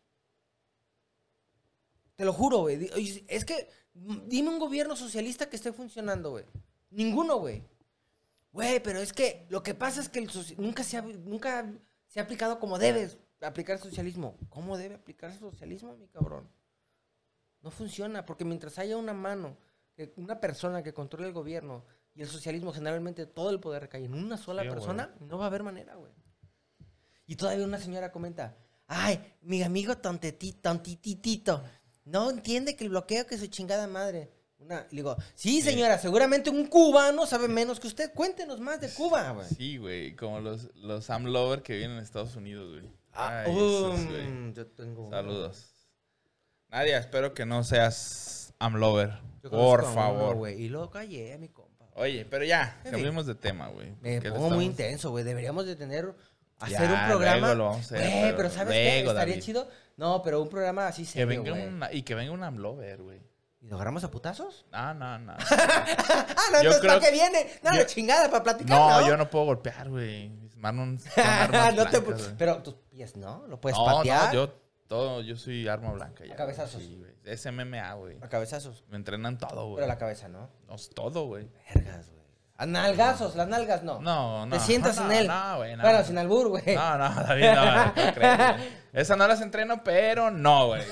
S4: Te lo juro, güey. Di- oye, Es que mm, dime un gobierno socialista que esté funcionando, güey. Ninguno, güey. Güey, pero es que lo que pasa es que el soci- nunca, se ha, nunca se ha aplicado como debe aplicar el socialismo. ¿Cómo debe aplicarse el socialismo, mi cabrón? No funciona, porque mientras haya una mano, que- una persona que controle el gobierno y el socialismo, generalmente todo el poder recae en una sola
S5: Sí,
S4: persona, no va a haber manera, güey. Y todavía una señora comenta, ay, mi amigo tontetito, tontititito, no entiende que el bloqueo que es su chingada madre. Una, le digo, sí, señora, seguramente un cubano sabe menos que usted. Cuéntenos más de Cuba, güey.
S5: Sí, güey, como los, los Sam Lover que viven en Estados Unidos, güey.
S4: Ah,
S5: Ay, esos,
S4: um,
S5: güey.
S4: yo tengo...
S5: Saludos. Nadia, espero que no seas Am Lover.
S4: Yo
S5: Por
S4: conozco a uno,
S5: favor.
S4: güey, y lo callé a mi compa.
S5: Oye, pero ya,
S4: En fin.
S5: cambiemos de tema, güey.
S4: Me
S5: porque le
S4: pongo muy
S5: estamos-
S4: intenso, güey. Deberíamos de tener... Hacer
S5: Ya,
S4: un programa...
S5: luego lo vamos a hacer,
S4: Güey,
S5: pero
S4: pero ¿sabes qué?
S5: luego,
S4: Estaría
S5: David.
S4: chido. No, pero un programa así
S5: Que
S4: serio,
S5: venga
S4: güey.
S5: una, y que venga un Am Lover, güey.
S4: ¿Y lo agarramos a putazos?
S5: No, no, no.
S4: Ah, no,
S5: Yo
S4: entonces
S5: creo
S4: ¿para qué viene? No,
S5: yo-
S4: la chingada, para platicar,
S5: No,
S4: ¿no?
S5: yo no puedo golpear, güey. Mis manos son armas
S4: No te
S5: blancas,
S4: pu-
S5: güey.
S4: Pero tus pies, ¿no? ¿Lo puedes
S5: No,
S4: patear?
S5: no, yo todo, yo soy arma blanca ya.
S4: A cabezazos.
S5: güey. Sí, güey. Es M M A, güey.
S4: A cabezazos.
S5: Me entrenan todo, güey.
S4: Pero la cabeza, ¿no?
S5: No, es todo, güey.
S4: Vergas, güey. A nalgazos, las nalgas no.
S5: No, no.
S4: Te sientas
S5: no,
S4: en él.
S5: No, güey, no.
S4: Bueno, sin albur, güey.
S5: No, no, David, no, no crees, güey. Esa no las entreno, pero no, güey.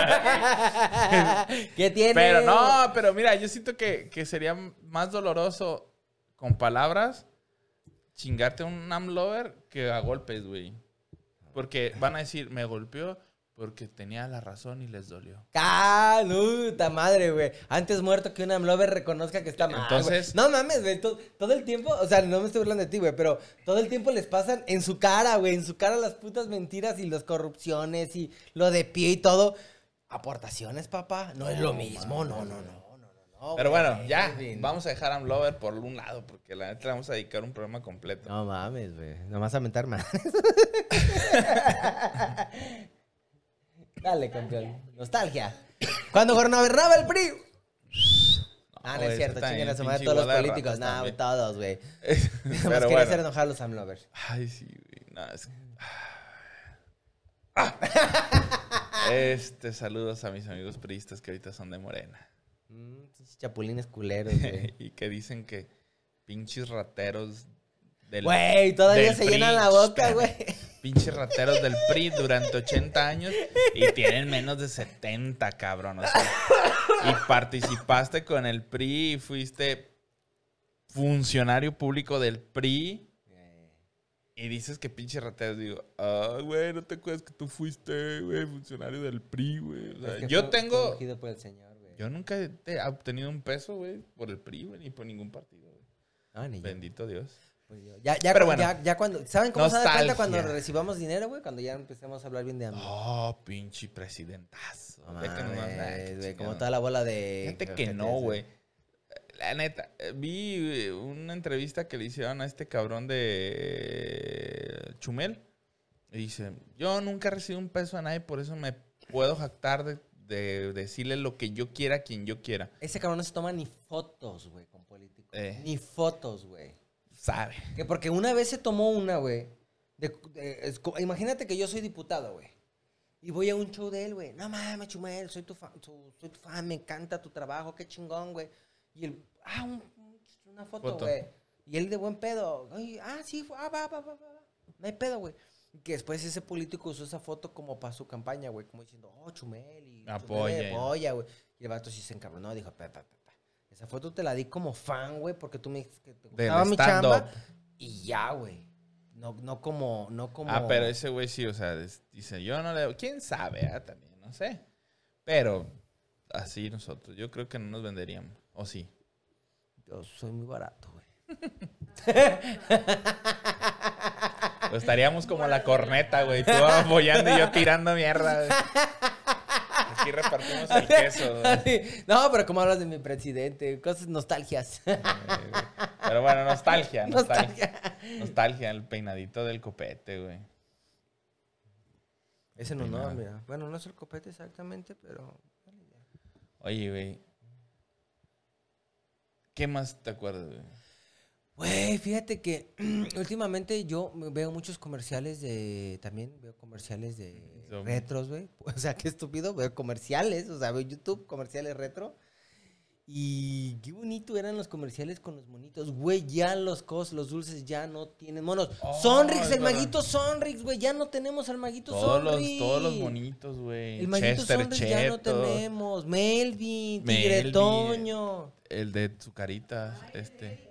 S4: ¿Qué tiene?
S5: Pero no, pero mira, yo siento que, que sería más doloroso con palabras chingarte a un Am Lover que a golpes, güey. Porque van a decir, me golpeó porque tenía la razón y les dolió.
S4: ¡Caluta madre, güey! Antes muerto que un amlover reconozca que está mal.
S5: Entonces-
S4: güey. No mames, güey. to- Todo el tiempo, o sea, no me estoy burlando de ti, güey, pero todo el tiempo les pasan en su cara, güey. En su cara las putas mentiras y las corrupciones y lo de pie y todo. Aportaciones, papá. No es lo mismo, no, no, no. no, no, no,
S5: Pero
S4: güey.
S5: bueno, ya,
S4: En fin.
S5: vamos a dejar a Am Lover por un lado, porque la neta le vamos a dedicar un programa completo.
S4: No mames, güey. Nomás a mentar más. Dale, campeón. Nostalgia. Cuando gobernaba el P R I. Ah, no
S5: güey,
S4: es cierto.
S5: está
S4: Chinguen a
S5: bien,
S4: su madre
S5: pinche
S4: todos los
S5: bola de
S4: políticos.
S5: ratas
S4: No, güey,
S5: también.
S4: todos, güey. Nos
S5: Pero
S4: quiere
S5: bueno.
S4: hacer enojar a los Amlovers.
S5: Ay, sí, güey. No, es... Ah. Este, saludos a mis amigos priistas que ahorita son de Morena.
S4: Mm, pinches chapulines culeros, güey.
S5: Y que dicen que pinches rateros del...
S4: Güey, todavía
S5: del
S4: se
S5: P R I,
S4: llenan la boca,
S5: espérame.
S4: güey.
S5: pinches rateros del P R I durante ochenta años y tienen menos de setenta, cabrón. O sea, y participaste con el P R I y fuiste funcionario público del P R I. Y dices que pinche rateros. Digo, ah, güey, ¿no te acuerdas que tú fuiste, güey, funcionario del P R I, güey? O sea,
S4: Es que
S5: yo
S4: fue-
S5: tengo...
S4: fue elegido por el señor, güey.
S5: Yo nunca he he obtenido un peso, güey, por el P R I, güey, ni por ningún partido, güey.
S4: Ah, ni yo.
S5: Bendito Dios.
S4: Pues yo. Ya, ya,
S5: Pero
S4: cu-
S5: bueno.
S4: ya, ya cuando... ¿Saben cómo se da cuenta
S5: Nostalgia.
S4: cuando recibamos dinero, güey? Cuando ya empecemos a hablar bien de AMLO.
S5: Oh, pinche presidentazo.
S4: No
S5: Ve que no
S4: mames,
S5: mames, ay, qué
S4: güey, como
S5: chingado.
S4: toda la bola de...
S5: Fíjate que no, güey. La neta, eh, vi eh, una entrevista que le hicieron a este cabrón de Chumel. Y dice, yo nunca recibí un peso a nadie, por eso me puedo jactar de, de decirle lo que yo quiera a quien yo quiera.
S4: Ese cabrón no se toma ni fotos, güey, con políticos.
S5: Eh.
S4: Ni fotos, güey.
S5: Sabe.
S4: Que porque una vez se tomó una, güey. de- de- es co- imagínate que yo soy diputado, güey. Y voy a un show de él, güey. No mames, Chumel, soy tu fan, tu- soy tu fan, me encanta tu trabajo, qué chingón, güey. Y él, ah, un- un- una foto,
S5: Foto.
S4: güey. Y él de buen pedo. Ay, ah, sí, fu- ah, va, va, va, va, va. No hay pedo, güey. Y que después ese político usó esa foto como para su campaña, güey. Como diciendo, oh, Chumel. Y
S5: Apoya,
S4: Chumel, apoya, güey. Y el vato sí se encabronó. Dijo, pa, pa, pa, pa. Esa foto te la di como fan, güey, porque tú me dijiste que te
S5: Del
S4: gustaba mi
S5: stand-up.
S4: chamba. Y ya, güey. No, no como, no como...
S5: Ah, pero ese güey sí, o sea, es- dice, yo no le... ¿Quién sabe? Ah, también, no sé. Pero así nosotros, yo creo que no nos venderíamos. ¿O sí?
S4: Yo soy muy barato, güey.
S5: Pues estaríamos como la corneta, güey. Tú apoyando y yo tirando mierda, güey. Aquí repartimos el queso, güey.
S4: Sí. No, pero como hablas de mi presidente, cosas nostalgias.
S5: Eh, güey. Pero bueno, nostalgia, nostalgia.
S4: Nostalgia.
S5: Nostalgia, el peinadito del copete, güey.
S4: Ese no, no,
S5: Peinado.
S4: mira. Bueno, no es el copete exactamente, pero...
S5: Oye, güey. ¿Qué más te acuerdas, güey?
S4: Güey, fíjate que últimamente yo veo muchos comerciales de... También veo comerciales de
S5: Zombie.
S4: retros, güey. O sea, qué estúpido. Veo comerciales, o sea, veo YouTube, comerciales retro. Y qué bonito eran los comerciales con los monitos. Güey, ya los cos, los dulces ya no tienen monos.
S5: Oh,
S4: Sonrix,
S5: es
S4: el
S5: verdad.
S4: maguito Sonrix, güey. Ya no tenemos al maguito
S5: Todos los,
S4: Sonrix.
S5: todos los bonitos, güey.
S4: El maguito
S5: Chester
S4: Sonrix ya no
S5: Cheto,
S4: tenemos. Melvin,
S5: Melvin.
S4: Tigre Toño.
S5: el de su carita, este.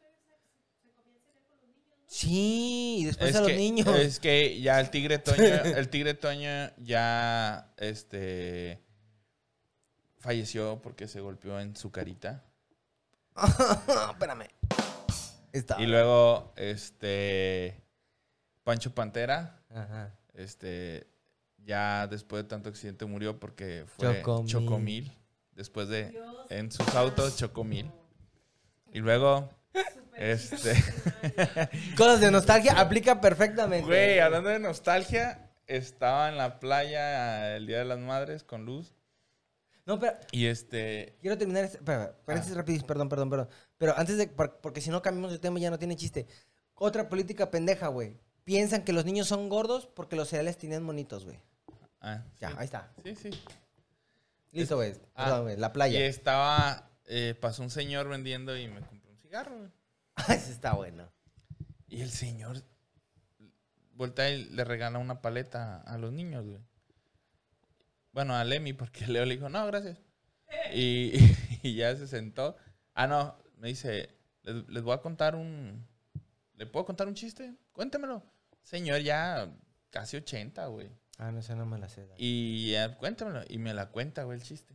S4: Sí, y después
S5: Es
S4: a los
S5: que,
S4: niños.
S5: es que ya el tigre Toño, el tigre Toño ya, este, falleció porque se golpeó en su carita.
S4: Espérame. Está.
S5: Y luego, este, Pancho Pantera,
S4: Ajá.
S5: este, ya después de tanto accidente murió porque fue
S4: Chocomil.
S5: Chocomil. Después de, en sus autos, Chocomil. Y luego, este,
S4: Cosas de nostalgia aplica perfectamente.
S5: güey, hablando de nostalgia, estaba en la playa el Día de las Madres con Luz.
S4: No, pero
S5: Y este,
S4: quiero terminar. Este, espera, paréntesis rapidísimo, perdón, perdón, perdón. Pero antes de. por- Porque si no cambiamos de tema ya no tiene chiste. Otra política pendeja, güey. Piensan que los niños son gordos porque los cereales tienen monitos, güey.
S5: ah,
S4: Ya,
S5: sí.
S4: ahí está.
S5: Sí, sí.
S4: Listo, güey.
S5: Ah,
S4: Perdón, güey. La
S5: Y
S4: playa.
S5: estaba, eh, pasó un señor vendiendo y me compró un cigarro, güey.
S4: Ese está bueno.
S5: Y el señor voltea y le regala una paleta a los niños, güey. Bueno, a Lemmy, porque Leo le dijo, no, gracias. Y, y ya se sentó. Ah, no, me dice, les, les voy a contar un... ¿Le puedo contar un chiste? Cuéntemelo. Señor, ya casi ochenta, güey.
S4: Ah, no, esa no me la sé. Dale.
S5: Y ya, cuéntamelo. Y me la cuenta, güey, el chiste.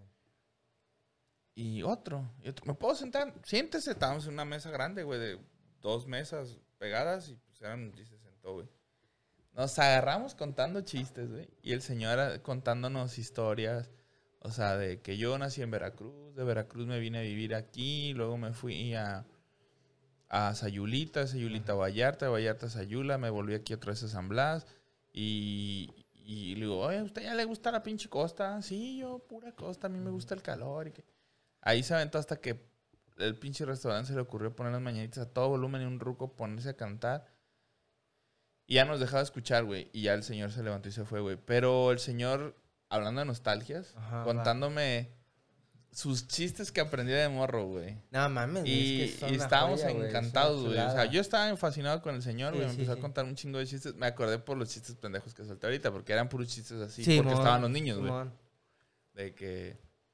S5: Y otro, y otro. ¿Me puedo sentar? Siéntese. Estábamos en una mesa grande, güey, de dos mesas pegadas y pues eran, y se sentó, güey. Nos agarramos contando chistes, güey. Y el señor ah, contándonos historias. O sea, de que yo nací en Veracruz, de Veracruz me vine a vivir aquí, luego me fui a, a Sayulita, Sayulita a Vallarta, de Vallarta a Sayula, me volví aquí otra vez a San Blas. Y, y le digo, oye, ¿a usted ya le gusta la pinche costa? Sí, yo, pura costa, a mí me gusta el calor. Y que... Ahí se aventó hasta que el pinche restaurante se le ocurrió poner las mañanitas a todo volumen y un ruco ponerse a cantar. Y ya nos dejaba escuchar, güey. Y ya el señor se levantó y se fue, güey. Pero el señor, hablando de nostalgias,
S4: Ajá,
S5: contándome sus chistes que aprendí de morro, güey.
S4: No mames, güey,
S5: Y,
S4: es que son
S5: y
S4: una
S5: estábamos
S4: joya, güey, es una
S5: encantados, güey. O sea,
S4: chulada.
S5: yo estaba fascinado con el señor,
S4: Sí,
S5: güey. Me
S4: sí,
S5: empezó
S4: sí.
S5: a contar un chingo de chistes. Me acordé por los chistes pendejos que solté ahorita, porque eran puros chistes así,
S4: Sí,
S5: porque
S4: mon,
S5: estaban los niños, güey.
S4: Simón.
S5: De que...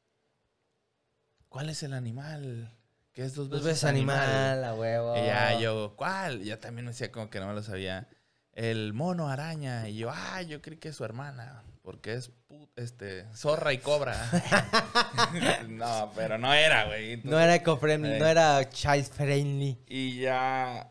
S5: ¿Cuál es el animal? ¿Qué es dos
S4: Dos
S5: veces
S4: veces animal, a huevo.
S5: Y ya yo, ¿cuál? Ya también me decía como que no me lo sabía. El mono araña. Y yo, ah, yo creí que es su hermana. Porque es pu- este, zorra y cobra. No, pero no era, güey. Entonces-
S4: No era eco-friendly,
S5: Eh.
S4: no era child-friendly.
S5: Y ya...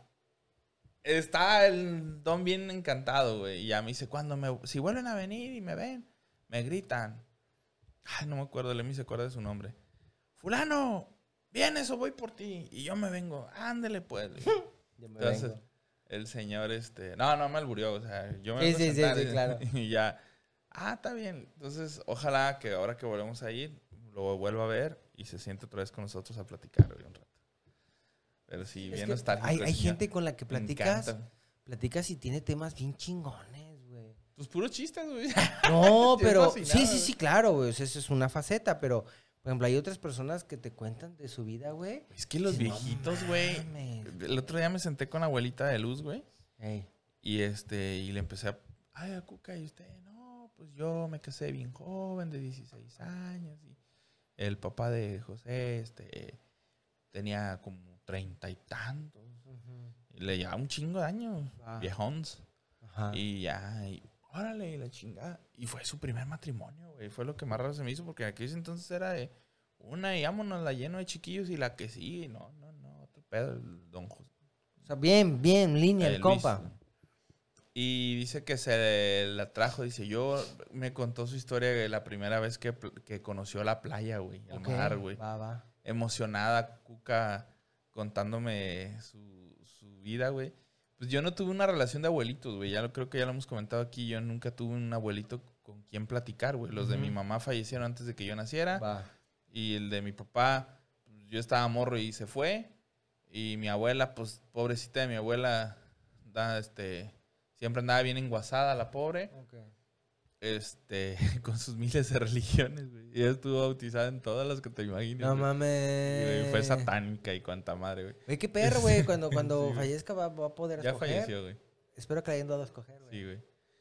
S5: Está el don bien encantado, güey. Y ya me dice, cuando me... Si vuelven a venir y me ven, me gritan. Ay, no me acuerdo, le me se acuerda de su nombre. Fulano, vienes o voy por ti. Y yo me vengo. Ándele, pues.
S4: Yo me
S5: Entonces,
S4: vengo.
S5: el señor, este... No, no me alburió, o sea, yo me
S4: Sí,
S5: vengo a
S4: sí, sí,
S5: sentar
S4: sí,
S5: y-
S4: claro.
S5: Y ya... Ah, está bien. Entonces, ojalá que ahora que volvemos a ir, lo vuelva a ver y se siente otra vez con nosotros a platicar, güey, un rato. Pero sí,
S4: Es
S5: bien
S4: que
S5: nostálgico.
S4: hay
S5: el
S4: hay
S5: señor.
S4: gente con la que
S5: Me
S4: platicas,
S5: encanta.
S4: platicas y tiene temas bien chingones, güey.
S5: Pues puros chistes, güey.
S4: No,
S5: Estoy
S4: pero
S5: fascinado,
S4: sí, sí,
S5: güey.
S4: sí, claro, güey. O sea, eso es una faceta, pero por ejemplo, hay otras personas que te cuentan de su vida, güey.
S5: Es que los
S4: Dices, no
S5: viejitos, güey.
S4: mames.
S5: El otro día me senté con la abuelita de Luz, güey.
S4: Ey.
S5: Y este, y le empecé a. Ay, a Cuca, ¿y usted? No, pues yo me casé bien joven, de dieciséis años. Y el papá de José, este, tenía como treinta y tantos. Y le llevaba un chingo de años,
S4: Ah.
S5: viejons.
S4: Ajá.
S5: Y ya, y órale, y la chingada. Y fue su primer matrimonio, güey. Fue lo que más raro se me hizo, porque aquí entonces era de una y vámonos, la lleno de chiquillos y la que sigue. No, no, no, otro pedo, el don José.
S4: O sea, bien, bien, línea,
S5: Eh,
S4: el
S5: Luis.
S4: compa.
S5: Y dice que se la trajo, dice, yo me contó su historia de la primera vez que, pl- que conoció la playa, güey, el
S4: Ok,
S5: mar, güey.
S4: Va, va.
S5: Emocionada, Cuca, contándome su, su vida, güey. Pues yo no tuve una relación de abuelitos, güey. Ya lo creo que ya lo hemos comentado aquí. Yo nunca tuve un abuelito con quien platicar, güey. Los de mi
S4: Ujú.
S5: mamá fallecieron antes de que yo naciera.
S4: Va.
S5: Y el de mi papá, pues, yo estaba morro y se fue. Y mi abuela, pues, pobrecita de mi abuela, da, este, siempre andaba bien enguasada, la pobre.
S4: Ok.
S5: Este, con sus miles de religiones, güey. Y ella estuvo bautizada en todas las que te imagines.
S4: No
S5: güey.
S4: mames.
S5: Y fue satánica y cuanta madre, güey.
S4: Güey, qué perro, güey. Cuando, cuando
S5: Sí, güey.
S4: fallezca va, va a poder
S5: Ya
S4: escoger.
S5: falleció, güey.
S4: Espero que le hayan dado a escoger, güey.
S5: Sí, güey.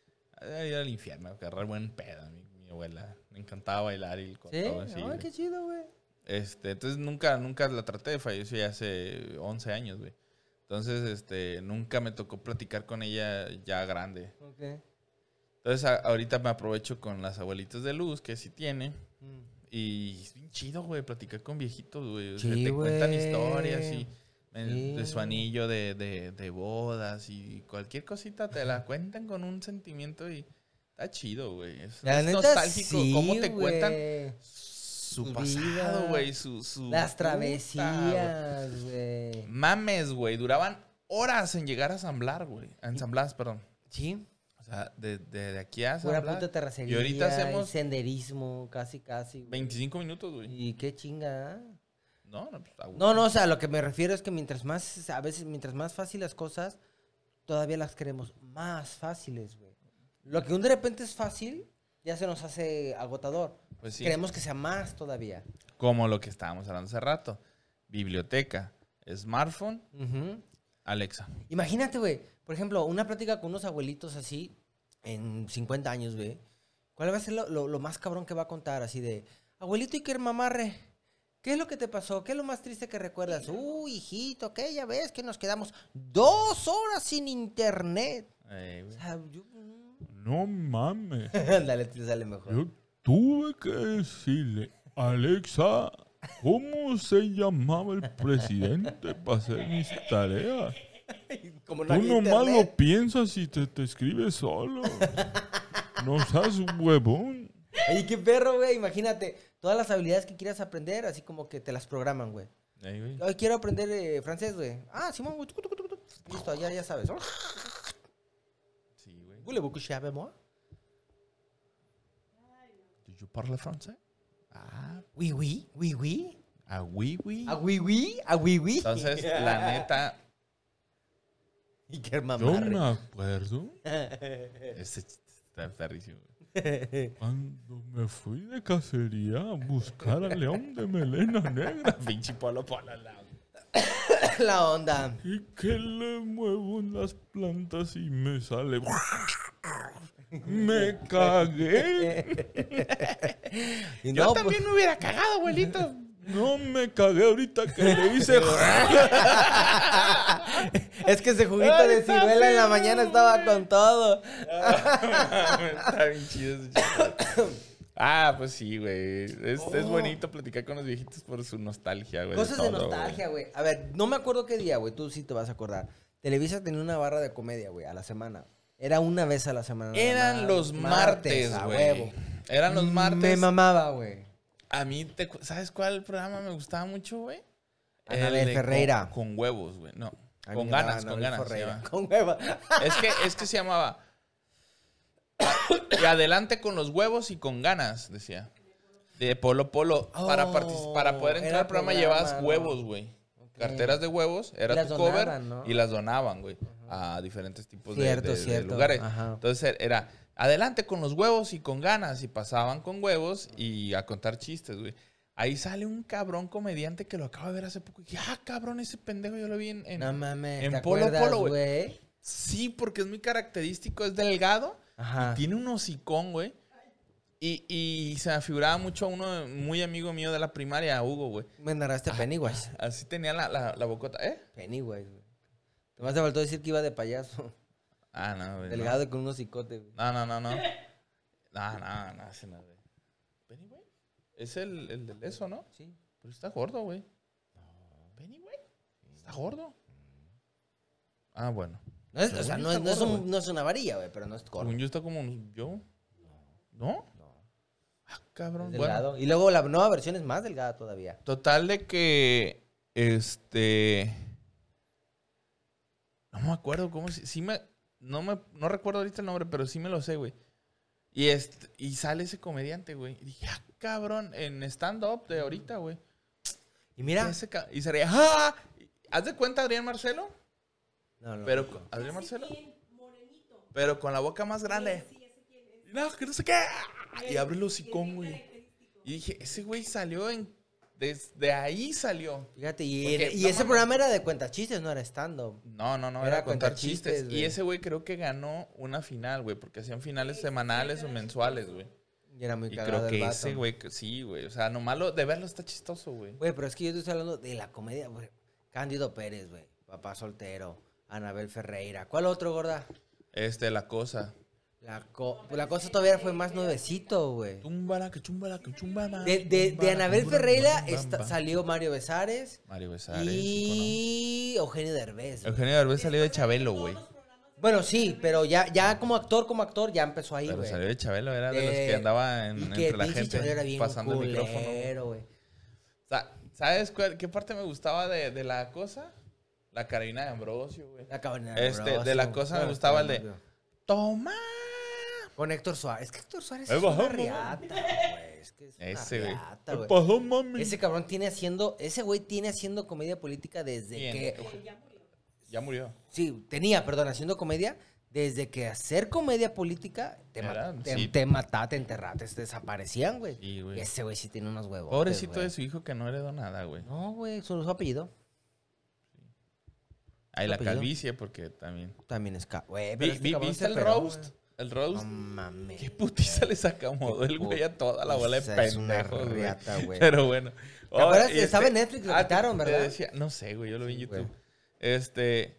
S5: A ir al infierno, agarrar buen pedo, mi, mi abuela. Me encantaba bailar y con
S4: ¿Sí?
S5: todo así,
S4: Ay,
S5: güey.
S4: qué chido, güey.
S5: Este, entonces nunca, nunca la traté, falleció ya hace once años, güey. Entonces, este, nunca me tocó platicar con ella ya grande.
S4: Ok.
S5: Entonces, a- ahorita me aprovecho con las abuelitas de Luz, que sí tiene.
S4: Mm.
S5: Y es bien chido, güey, platicar con viejitos, güey. O sea,
S4: Sí,
S5: te cuentan
S4: güey.
S5: historias y eh,
S4: Sí.
S5: de su anillo de, de, de bodas y cualquier cosita te la cuentan con un sentimiento y está chido, güey. Es,
S4: La
S5: es
S4: neta,
S5: nostálgico
S4: sí,
S5: cómo te cuentan
S4: güey.
S5: su
S4: Su
S5: pasado,
S4: vida.
S5: güey, su, su
S4: Las
S5: puta,
S4: travesías, güey.
S5: güey. Mames, güey, duraban horas en llegar a ensamblar, güey. A ensamblar, perdón.
S4: Sí.
S5: O sea, de, de, de aquí a
S4: Pura
S5: ensamblar.
S4: puta terracería.
S5: Y ahorita hacemos
S4: senderismo, casi, casi. güey.
S5: veinticinco minutos, güey.
S4: Y qué chinga. ¿eh?
S5: No, no, pues, a gusto.
S4: No, no, o sea, lo que me refiero es que mientras más, a veces, mientras más fácil las cosas, todavía las queremos más fáciles, güey. Lo que un de repente es fácil, ya se nos hace agotador.
S5: Pues sí.
S4: Queremos que sea más todavía.
S5: Como lo que estábamos hablando hace rato. Biblioteca, smartphone,
S4: Ujú.
S5: Alexa.
S4: Imagínate, güey, por ejemplo, una plática con unos abuelitos así, en cincuenta años, güey. ¿Cuál va a ser lo, lo- lo más cabrón que va a contar? Así de, abuelito, ¿y qué mamarre? ¿Qué es lo que te pasó? ¿Qué es lo más triste que recuerdas? Uy, hijito, ¿qué? Ya ves que nos quedamos dos horas sin internet.
S5: Eh,
S4: O
S5: güey.
S4: sea, yo... mm.
S7: No mames.
S4: Dale, te sale mejor.
S7: Yo tuve que decirle, Alexa, ¿cómo se llamaba el presidente para hacer mis tareas?
S4: Como
S7: Tú
S4: había
S7: nomás
S4: internet.
S7: lo piensas y te, te escribes solo. No seas huevón.
S4: Oye, qué perro, güey. Imagínate, todas las habilidades que quieras aprender, así como que te las programan, güey.
S5: Eh, güey.
S4: Hoy quiero aprender eh, francés, güey. Ah, Simón, güey. tucu, tucu, tucu, tucu. Listo, ya, ya sabes.
S5: Sí, güey.
S4: Voulez-vous coucher avec moi?
S5: ¿Do you parle français? Ah,
S4: Oui, oui, oui, oui.
S5: ah, oui, oui.
S4: Ah, oui, oui, ah, oui, oui.
S5: Entonces, la neta,
S4: Y qué
S7: Yo
S4: mamarre.
S7: me acuerdo
S5: este chiste está perrísimo, güey.
S7: Cuando me fui de cacería a buscar al león de melena negra.
S5: Pinche polo polo al lado.
S4: La onda.
S7: Y que le muevo en las plantas y me sale. Me cagué.
S4: Y
S5: Yo
S4: no,
S5: también
S4: pues,
S5: me hubiera cagado, abuelito.
S7: No me cagué ahorita que le hice.
S4: es que ese juguito
S5: Ay,
S4: de
S5: está
S4: ciruela en la
S5: feo.
S4: mañana estaba con todo.
S5: Está bien chido ese chico. Ah, pues sí, güey. Es, es bonito platicar con los viejitos por su nostalgia, güey.
S4: Cosas de
S5: todo,
S4: nostalgia, güey. A ver, no me acuerdo qué día, güey. Tú sí te vas a acordar. Televisa tenía una barra de comedia, güey, a la semana. Era una vez a la semana. nada
S5: Eran
S4: más.
S5: los martes,
S4: a
S5: güey.
S4: huevo.
S5: Eran los martes.
S4: Me mamaba, güey.
S5: A mí, te cu- ¿sabes cuál programa me gustaba mucho, güey?
S4: Anabel
S5: El de
S4: Ferreira.
S5: Con, con huevos, güey. No.
S4: A mí
S5: Con
S4: me
S5: ganas,
S4: mamaba
S5: con
S4: Anabel
S5: ganas. se
S4: Ferreira.
S5: llama.
S4: Con hueva.
S5: Es que, es que se llamaba. Y adelante con los huevos y con ganas, decía. De Polo Polo. para, partic- para poder entrar
S4: era
S5: al programa,
S4: programa,
S5: llevabas
S4: ¿no?
S5: huevos, güey. Carteras de huevos, era
S4: las
S5: tu cover
S4: donaban, ¿no?
S5: y las donaban, güey, a diferentes tipos de-
S4: Cierto,
S5: de, de
S4: cierto,
S5: lugares.
S4: ajá.
S5: Entonces era adelante con los huevos y con ganas y pasaban con huevos y a contar chistes, güey. Ahí sale un cabrón comediante que lo acabo de ver hace poco y dije, ah, cabrón, ese pendejo yo lo vi en, en,
S4: No mames.
S5: en
S4: ¿te
S5: Polo
S4: acuerdas,
S5: Polo, güey.
S4: güey?
S5: Sí, porque es muy característico, es delgado
S4: Ajá.
S5: y tiene un hocicón, güey. Y, y se me figuraba mucho a uno muy amigo mío de la primaria, Hugo, güey.
S4: Me narraste Pennywise.
S5: Así tenía la, la, la bocota, ¿eh?
S4: Pennywise, güey. Nomás te faltó decir que iba de payaso.
S5: Ah, no, güey. no.
S4: Delgado y con unos cicotes, güey.
S5: No, no, no, no. No, no, no, ese no, güey. Penny, güey. Es el, el del eso, ¿no?
S4: Sí.
S5: Pero está gordo, güey. Penny, güey. Está gordo. Ah, bueno.
S4: No es, o sea,
S5: Según
S4: no
S5: yo
S4: es,
S5: está
S4: no, es
S5: gordo,
S4: un-
S5: güey.
S4: no es una varilla, güey, pero no es corto.
S5: Según yo está como yo. ¿No? Ah, cabrón.
S4: Es
S5: Bueno,
S4: delgado. Y luego la nueva versión es más delgada todavía.
S5: total de que, este... No me acuerdo cómo... se- Sí me... No, me, no recuerdo ahorita el nombre, pero sí me lo sé, güey. Y, este, y sale ese comediante, güey. Y dije, ah, cabrón, en stand-up de ahorita, güey.
S4: Y mira.
S5: Ese ca- Y se reía, ¡ah! ¿Haz de cuenta Adrián Marcelo?
S4: No, no.
S5: Pero, ¿Adrián Marcelo? Pero con la boca más grande. Y no, que no sé qué. Y abre el hocicón, güey. Y dije, ese güey salió en... Desde ahí salió.
S4: Fíjate, y,
S5: Porque,
S4: y
S5: no
S4: ese
S5: mames.
S4: programa era de cuentachistes, no era stand-up.
S5: No, no, no,
S4: Era
S5: era, contar
S4: contar
S5: chistes.
S4: chistes, güey.
S5: Y ese güey creo que ganó una final, güey, porque hacían finales semanales o mensuales, güey.
S4: Y era muy
S5: Y
S4: cagado
S5: creo
S4: el
S5: que
S4: vato.
S5: ese, güey, que sí, güey. O sea, nomás lo, de verlo está chistoso, güey.
S4: Güey, pero es que yo te estoy hablando de la comedia, güey. Cándido Pérez, güey. Papá soltero. Anabel Ferreira. ¿Cuál otro, gorda?
S5: Este, la cosa.
S4: La, co- la cosa todavía fue más nuevecito, güey.
S5: Túmbala, que chúmbala, que chúmbala.
S4: De, de, de
S5: túmbala,
S4: Anabel
S5: túmbala,
S4: Ferreira
S5: bam, bam,
S4: está-
S5: bam.
S4: salió Mario Besares
S5: Mario Besares.
S4: y Eugenio Derbez.
S5: ¿cómo no?
S4: güey.
S5: Eugenio Derbez salió de Chabelo, güey.
S4: Bueno, sí, pero ya, ya como actor, como actor, ya empezó ahí,
S5: Pero
S4: güey.
S5: salió de Chabelo, era de, los
S4: De-
S5: que andaba en-
S4: Y que
S5: entre la
S4: pinche
S5: gente
S4: Chabelo era bien
S5: pasando el micrófono. güey.
S4: culero, güey.
S5: O sea, ¿sabes cuál- qué parte me gustaba de, de la cosa? La Carolina de Ambrosio, güey.
S4: La cabrona
S5: Este, de la cosa me gustaba el de... Toma.
S4: Con Héctor Suárez. Es que Héctor Suárez
S7: Ahí
S4: es
S7: bajamos,
S4: una riata, güey. Es que es una
S5: Ese, güey.
S4: riata,
S7: ¿Qué
S4: güey.
S7: pasó, mami?
S4: Ese cabrón tiene haciendo... Ese güey tiene haciendo comedia política desde
S5: Bien.
S4: que...
S5: Ya murió.
S4: Sí, tenía, perdón, haciendo comedia desde que hacer comedia política te, ma-
S5: Era,
S4: te,
S5: sí.
S4: te mataba, te enterraba, te desaparecían, güey.
S5: Sí, güey.
S4: Ese güey sí tiene unos huevos.
S5: Pobrecito de su hijo que no heredó nada, güey.
S4: No, güey, solo su apellido.
S5: Ahí
S4: ¿Su
S5: la
S4: apellido?
S5: calvicie, porque también...
S4: También es... ca- Güey,
S5: Vi-
S4: pero este
S5: vi-
S4: cabrón
S5: ¿Viste
S4: se
S5: el
S4: operó,
S5: roast?
S4: güey.
S5: El roast.
S4: No mames.
S5: Qué putiza les acomodó el güey a toda la bola de
S4: Putiza, es una
S5: pendejos, güey.
S4: riata, güey.
S5: Pero bueno.
S4: ¿Te acuerdas?
S5: y
S4: Estaba en Netflix, lo
S5: ah,
S4: quitaron,
S5: te- te
S4: ¿verdad?
S5: decía- no sé, güey, yo lo vi en
S4: Sí,
S5: YouTube.
S4: güey.
S5: Este...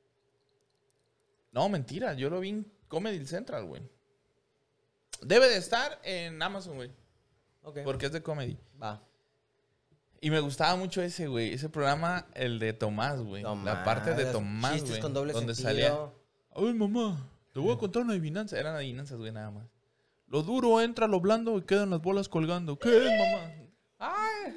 S5: No, mentira, yo lo vi en Comedy Central, güey. Debe de estar en Amazon, güey,
S4: Ok.
S5: porque es de comedy.
S4: Va.
S5: Y me gustaba mucho ese, güey. Ese programa, el de Tomás, güey. La
S4: Tomás,
S5: parte de Tomás,
S4: chistes
S5: güey.
S4: con doble
S5: donde
S4: sentido.
S5: salía. A ver, mamá, te voy a contar una adivinanza. Eran adivinanzas, güey, nada más. Lo duro entra, lo blando y quedan las bolas colgando. ¿Qué es, mamá? Ay,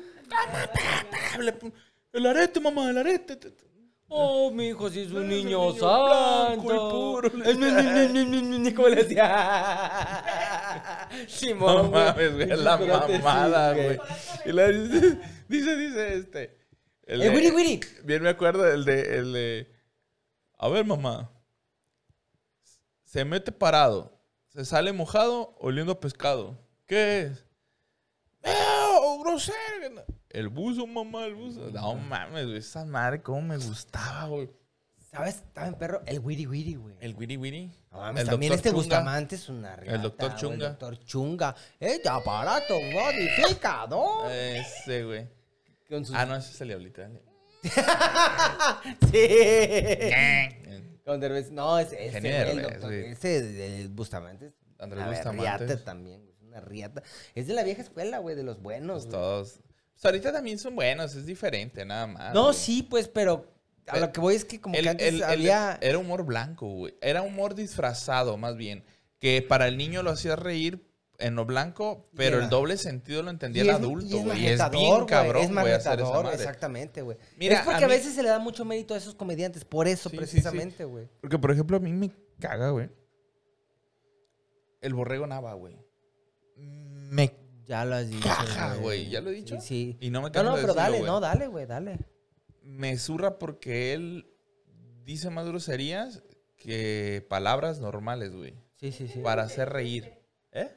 S5: el arete, mamá, el arete.
S4: Oh, mi hijo, si es un
S5: Es
S4: niño
S5: un niño blanco y
S4: santo.
S5: puro, le
S4: Es mi, mi, mi, mi, mi, mi, mi, ¿cómo le decía? Simón,
S5: No
S4: güey.
S5: mames, güey, es la
S4: Espérate, sí,
S5: mamada, güey. Y la dice, dice, dice este. El
S4: ¡Eh,
S5: de-
S4: Willy, Willy!
S5: Bien me acuerdo el de, el de... A ver, mamá. Se mete parado. Se sale mojado oliendo a pescado. ¿Qué es? ¡No, grosero! El buzo, mamá, el buzo. No mames, güey. Esa madre cómo me gustaba, güey.
S4: ¿Sabes? Estaba en perro el Wiri Wiri, güey.
S5: El wiri wiri.
S4: No mames,
S5: el
S4: también
S5: doctor
S4: este
S5: Chunga.
S4: Bustamante es una riata,
S5: El doctor
S4: güey,
S5: Chunga.
S4: El doctor Chunga. Este aparato modificador.
S5: Ese, güey.
S4: Con sus...
S5: Ah, no, ese es el diablito. ¿eh?
S4: sí. Con Derbez. No, es ese,
S5: Genio
S4: güey, el
S5: Derbez,
S4: doctor.
S5: güey.
S4: Ese el Bustamante. es
S5: Andrés
S4: una
S5: Bustamante.
S4: riata también, güey. Es una riata. Es de la vieja escuela, güey, de los buenos.
S5: Pues
S4: güey.
S5: todos. Pues ahorita también son buenos, es diferente, nada más.
S4: No,
S5: güey.
S4: sí, pues, pero a lo que voy es que como
S5: El-
S4: que antes
S5: el- el-
S4: había...
S5: Era humor blanco, güey. Era humor disfrazado, más bien. Que para el niño lo hacía reír en lo blanco, pero
S4: era-
S5: el doble sentido lo entendía
S4: Y
S5: el
S4: es-
S5: adulto,
S4: y
S5: güey. Y es
S4: majetador,
S5: bien
S4: güey,
S5: cabrón,
S4: es
S5: güey, hacer esa
S4: majetador,
S5: madre.
S4: exactamente, güey.
S5: Mira,
S4: Es porque
S5: a
S4: a,
S5: mí-
S4: veces se le da mucho mérito a esos comediantes, por eso
S5: Sí, sí, sí.
S4: precisamente, güey.
S5: Porque, por ejemplo, a mí me caga, güey. El borrego Nava, güey. Me
S4: Ya lo has dicho,
S5: caga, güey. ¿Ya lo he dicho?
S4: Sí, sí.
S5: Y no me
S4: No,
S5: canso
S4: no,
S5: de
S4: pero
S5: decirlo,
S4: dale,
S5: güey.
S4: no, dale, güey, dale.
S5: Me zurra porque él dice más groserías que palabras normales, güey.
S4: Sí, sí, sí.
S5: Para hacer reír. ¿Eh?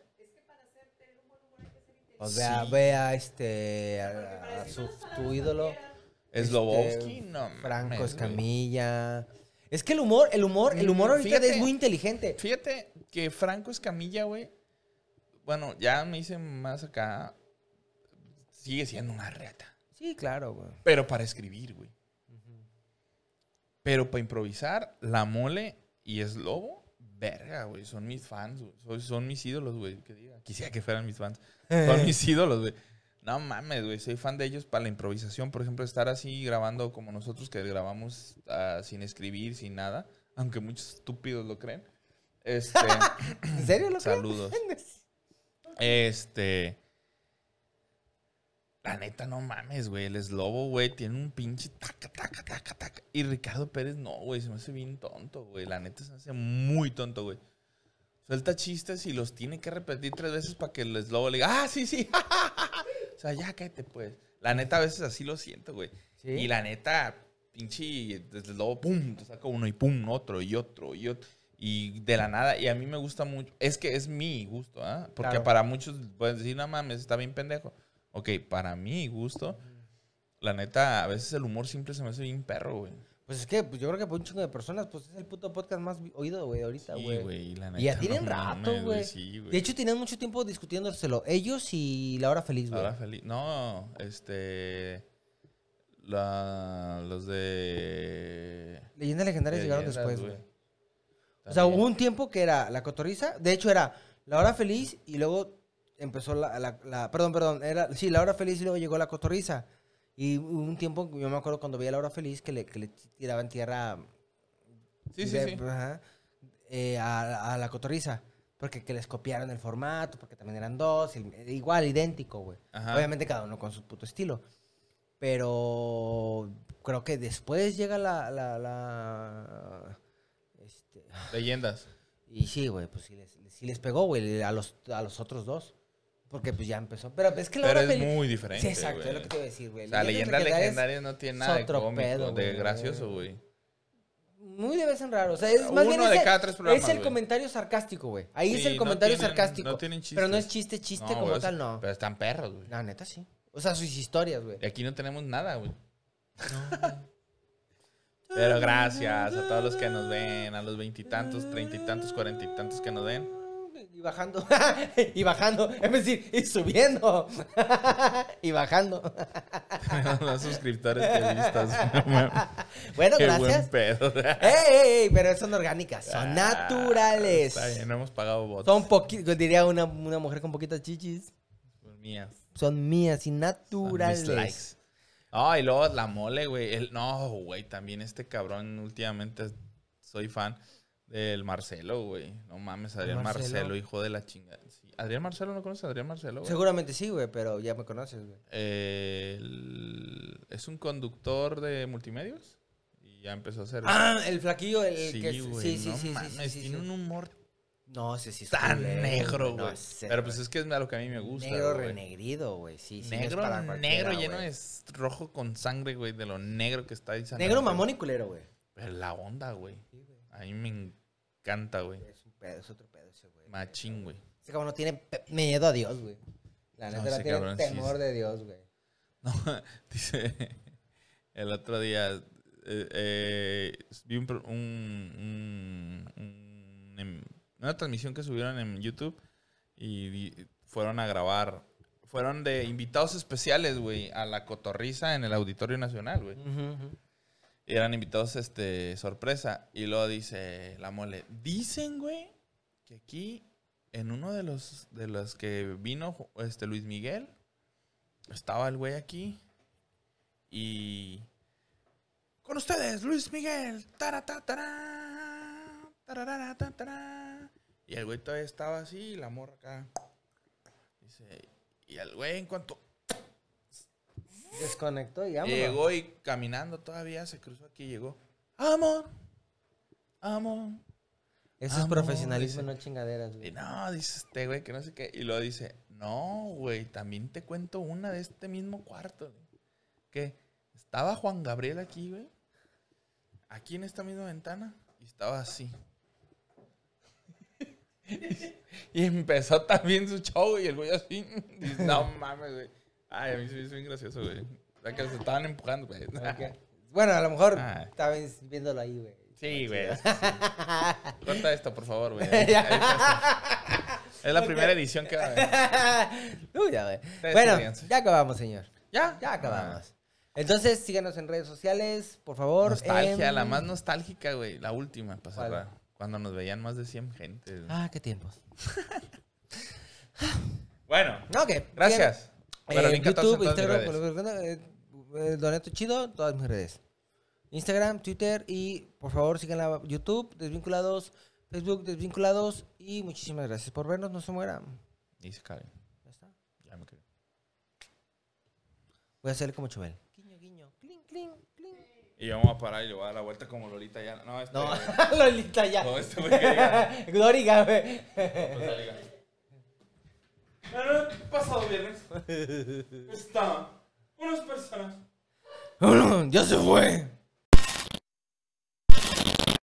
S4: Pues vea,
S5: Sí.
S4: vea, este, a, a su, tu ídolo.
S5: Slobodsky,
S4: este,
S5: no
S4: Franco
S5: mames, güey.
S4: Escamilla. Es que el humor, el humor, el humor
S5: Mm,
S4: ahorita
S5: fíjate.
S4: es muy inteligente.
S5: Fíjate que Franco Escamilla, güey. Bueno, ya me hice más acá. Sigue siendo una reta.
S4: Sí, claro, güey.
S5: Pero para escribir, güey. Pero para improvisar, La Mole y Slobo, verga, güey. Son mis fans, güey. Son, son mis ídolos, güey. Que diga. Quisiera que fueran mis fans. Son mis ídolos, güey. No mames, güey. Soy fan de ellos para la improvisación. Por ejemplo, estar así grabando como nosotros que grabamos ah, sin escribir, sin nada. Aunque muchos estúpidos lo creen. Este.
S4: ¿En serio lo
S5: Saludos. Este. La neta, no mames, güey. El Slobo, güey, tiene un pinche taca, taca, taca, taca. Y Ricardo Pérez, no, güey. Se me hace bien tonto, güey. La neta se me hace muy tonto, güey. Suelta chistes y los tiene que repetir tres veces para que el Slobo le diga, ah, sí, sí. O sea, ya cállate, pues. La neta, a veces así lo siento, güey.
S4: ¿Sí?
S5: Y la neta, pinche Slobo, pum, te saca uno y pum, otro y otro y otro. Y de la nada, y a mí me gusta mucho. Es que es mi gusto, ¿ah? Porque
S4: Claro.
S5: para muchos pueden decir, no mames, está bien pendejo. Ok, para mi gusto, la neta, a veces el humor simple se me hace bien perro, güey.
S4: Pues es que pues, yo creo que para un chingo de personas, pues es el puto podcast más vi- oído, güey, ahorita,
S5: Sí,
S4: güey.
S5: güey, la
S4: Y ya
S5: neta,
S4: tienen
S5: no
S4: rato,
S5: mames,
S4: güey.
S5: Sí, güey.
S4: De hecho, tienen mucho tiempo discutiéndoselo. Ellos y La Hora Feliz, güey.
S5: Ahora feliz. No, este. La, los de.
S4: Leyendas legendarias llegaron
S5: Leyendas,
S4: después,
S5: güey.
S4: güey. O sea,
S5: También.
S4: hubo un tiempo que era La Cotorriza. De hecho, era La Hora Feliz y luego empezó la... la- la- perdón, perdón. Era, sí, La Hora Feliz y luego llegó La Cotorriza. Y hubo un tiempo, yo me acuerdo cuando veía La Hora Feliz que le, que le tiraban tierra...
S5: Sí, sí,
S4: de-
S5: sí.
S4: ajá, eh, a, a La Cotorriza. Porque que les copiaron el formato, porque también eran dos. y- igual, idéntico, güey.
S5: Ajá.
S4: Obviamente cada uno con su puto estilo. Pero creo que después llega la... la, la este,
S5: Leyendas.
S4: y sí, güey, pues sí les, sí les pegó, güey, a los, a los otros dos. Porque pues ya empezó. Pero es que la
S5: Pero
S4: hora
S5: es
S4: feliz-
S5: muy diferente.
S4: Sí, exacto,
S5: güey.
S4: es lo que te iba a decir, güey.
S5: O sea, leyendas legendarias no tiene nada de
S4: otro
S5: cómico,
S4: pedo,
S5: de
S4: güey.
S5: gracioso, güey.
S4: Muy de vez en raro. O sea, es más
S5: Uno
S4: bien
S5: de
S4: ese-
S5: cada tres programas,
S4: es el
S5: güey.
S4: comentario sarcástico, güey. Ahí es
S5: Sí,
S4: el
S5: no
S4: comentario
S5: tienen-
S4: sarcástico.
S5: no tienen
S4: pero no es
S5: chistes.
S4: chiste, chiste
S5: No,
S4: como
S5: güey,
S4: tal, no.
S5: Pero están perros, güey.
S4: No, neta, sí. O sea, sus historias, güey.
S5: Y aquí no tenemos nada, güey. Pero gracias a todos los que nos ven, a los veintitantos, treinta y tantos, cuarenta y tantos que nos ven.
S4: Y bajando. y bajando. Es decir, y subiendo. y bajando.
S5: Tenemos más suscriptores que vistas.
S4: Bueno,
S5: Qué
S4: gracias.
S5: buen pedo.
S4: ¡Ey, ey, ey! Pero son orgánicas, son
S5: Ah,
S4: naturales.
S5: Está bien, no hemos pagado bots.
S4: Son poquitos, diría una, una mujer con poquitas chichis.
S5: Son mías.
S4: Son mías y
S5: Son mis
S4: naturales.
S5: likes. Oh, y luego la mole, güey. El- No, güey, también este cabrón últimamente soy fan del Marcelo, güey. No mames, Adrián
S4: Marcelo.
S5: Marcelo, hijo de la chingada. Sí. ¿Adrián Marcelo no conoces a Adrián Marcelo, güey?
S4: Seguramente sí, güey, pero ya me conoces, güey.
S5: Eh, el- es un conductor de multimedios y ya empezó a hacer.
S4: Ah, el flaquillo, el
S5: sí,
S4: que...
S5: güey,
S4: sí, sí,
S5: no
S4: sí, sí,
S5: mames,
S4: sí, sí,
S5: tiene
S4: sí.
S5: un humor
S4: No, ese sí es
S5: tan
S4: culero,
S5: negro,
S4: no,
S5: güey.
S4: ese,
S5: Pero pues es que es a lo que a mí me gusta.
S4: negro
S5: güey.
S4: renegrido, güey. Sí, sí, no es
S5: Negro,
S4: para cualquiera,
S5: negro lleno
S4: güey.
S5: de rojo con sangre, güey, de lo negro que está ahí.
S4: Negro mamón y culero, güey.
S5: Pero la onda, güey.
S4: Sí, güey.
S5: A mí me encanta, güey.
S4: Es un pedo, es otro pedo. ese güey.
S5: Machín, güey.
S4: Ese cabrón no tiene pe- miedo a Dios, güey. La
S5: No,
S4: neta, no,
S5: ese
S4: tiene
S5: cabrón sí
S4: temor
S5: es-
S4: de Dios, güey.
S5: No, dice, el otro día eh, eh, vi un, pro- un- un- un- em- una transmisión que subieron en YouTube y di- fueron a grabar, fueron de invitados especiales, güey, a la Cotorriza en el Auditorio Nacional, güey.
S4: Ujú, ujú.
S5: Y eran invitados, este, sorpresa. Y luego dice la mole, dicen, güey, que aquí, en uno de los, de los que vino, este, Luis Miguel, estaba el güey aquí. Y... Con ustedes, Luis Miguel. Tara, ta, tará, tararara, ta, tará. Y el güey todavía estaba así, y la morra acá. Dice, y el güey en cuanto...
S4: Desconectó y vámonos.
S5: Llegó y caminando todavía, se cruzó aquí y llegó. Amor, amor.
S4: Eso es
S5: Amor,
S4: profesionalismo,
S5: dice.
S4: no chingaderas,
S5: Y
S4: güey.
S5: no, dice este güey que no sé qué. Y luego dice, no, güey, también te cuento una de este mismo cuarto. Güey. Que estaba Juan Gabriel aquí, güey. Aquí en esta misma ventana. Y estaba así. Y empezó también su show y el güey así. Dice, no mames, güey. Ay, a mí se me hizo bien gracioso, güey. O sea, que se estaban empujando, güey.
S4: Ok. Bueno, a lo mejor
S5: Ah.
S4: estaban viéndolo ahí, güey.
S5: Sí, güey. Sí. Corta esto, por favor, güey. Ahí- ahí está. Es la primera edición que va a haber.
S4: Uy, ya, güey.
S5: Ustedes
S4: Bueno,
S5: ríanse.
S4: ya acabamos, señor.
S5: ¿Ya?
S4: Ya acabamos. Entonces, síganos en redes sociales, por favor.
S5: Nostalgia,
S4: em,
S5: la más nostálgica, güey. La última, para
S4: ¿Cuál?
S5: cerrar. Cuando nos veían más de cien gente. güey.
S4: Ah, qué tiempos.
S5: Bueno,
S4: Ok.
S5: gracias.
S4: Pero
S5: Berlín catorce
S4: YouTube,
S5: en todas mis
S4: Instagram,
S5: redes.
S4: eh, eh, Doneto Chido, todas mis redes. Instagram, Twitter y por favor sigan la YouTube, Desvinculados, Facebook, Desvinculados y muchísimas gracias por vernos, no se mueran.
S5: Y se cae.
S4: Ya está.
S5: Ya me quedé.
S4: Voy a hacerle como Chubel. Guiño, guiño, clink, clink, clink.
S5: Y yo me voy a parar y le voy a dar la vuelta como Lolita ya. No, este.
S4: No, Lolita ya.
S5: No, este güey que diga.
S4: Glórica, güey.
S5: Pues ya diga. Bueno, pasado viernes. Estaban unas personas.
S4: Ya se fue.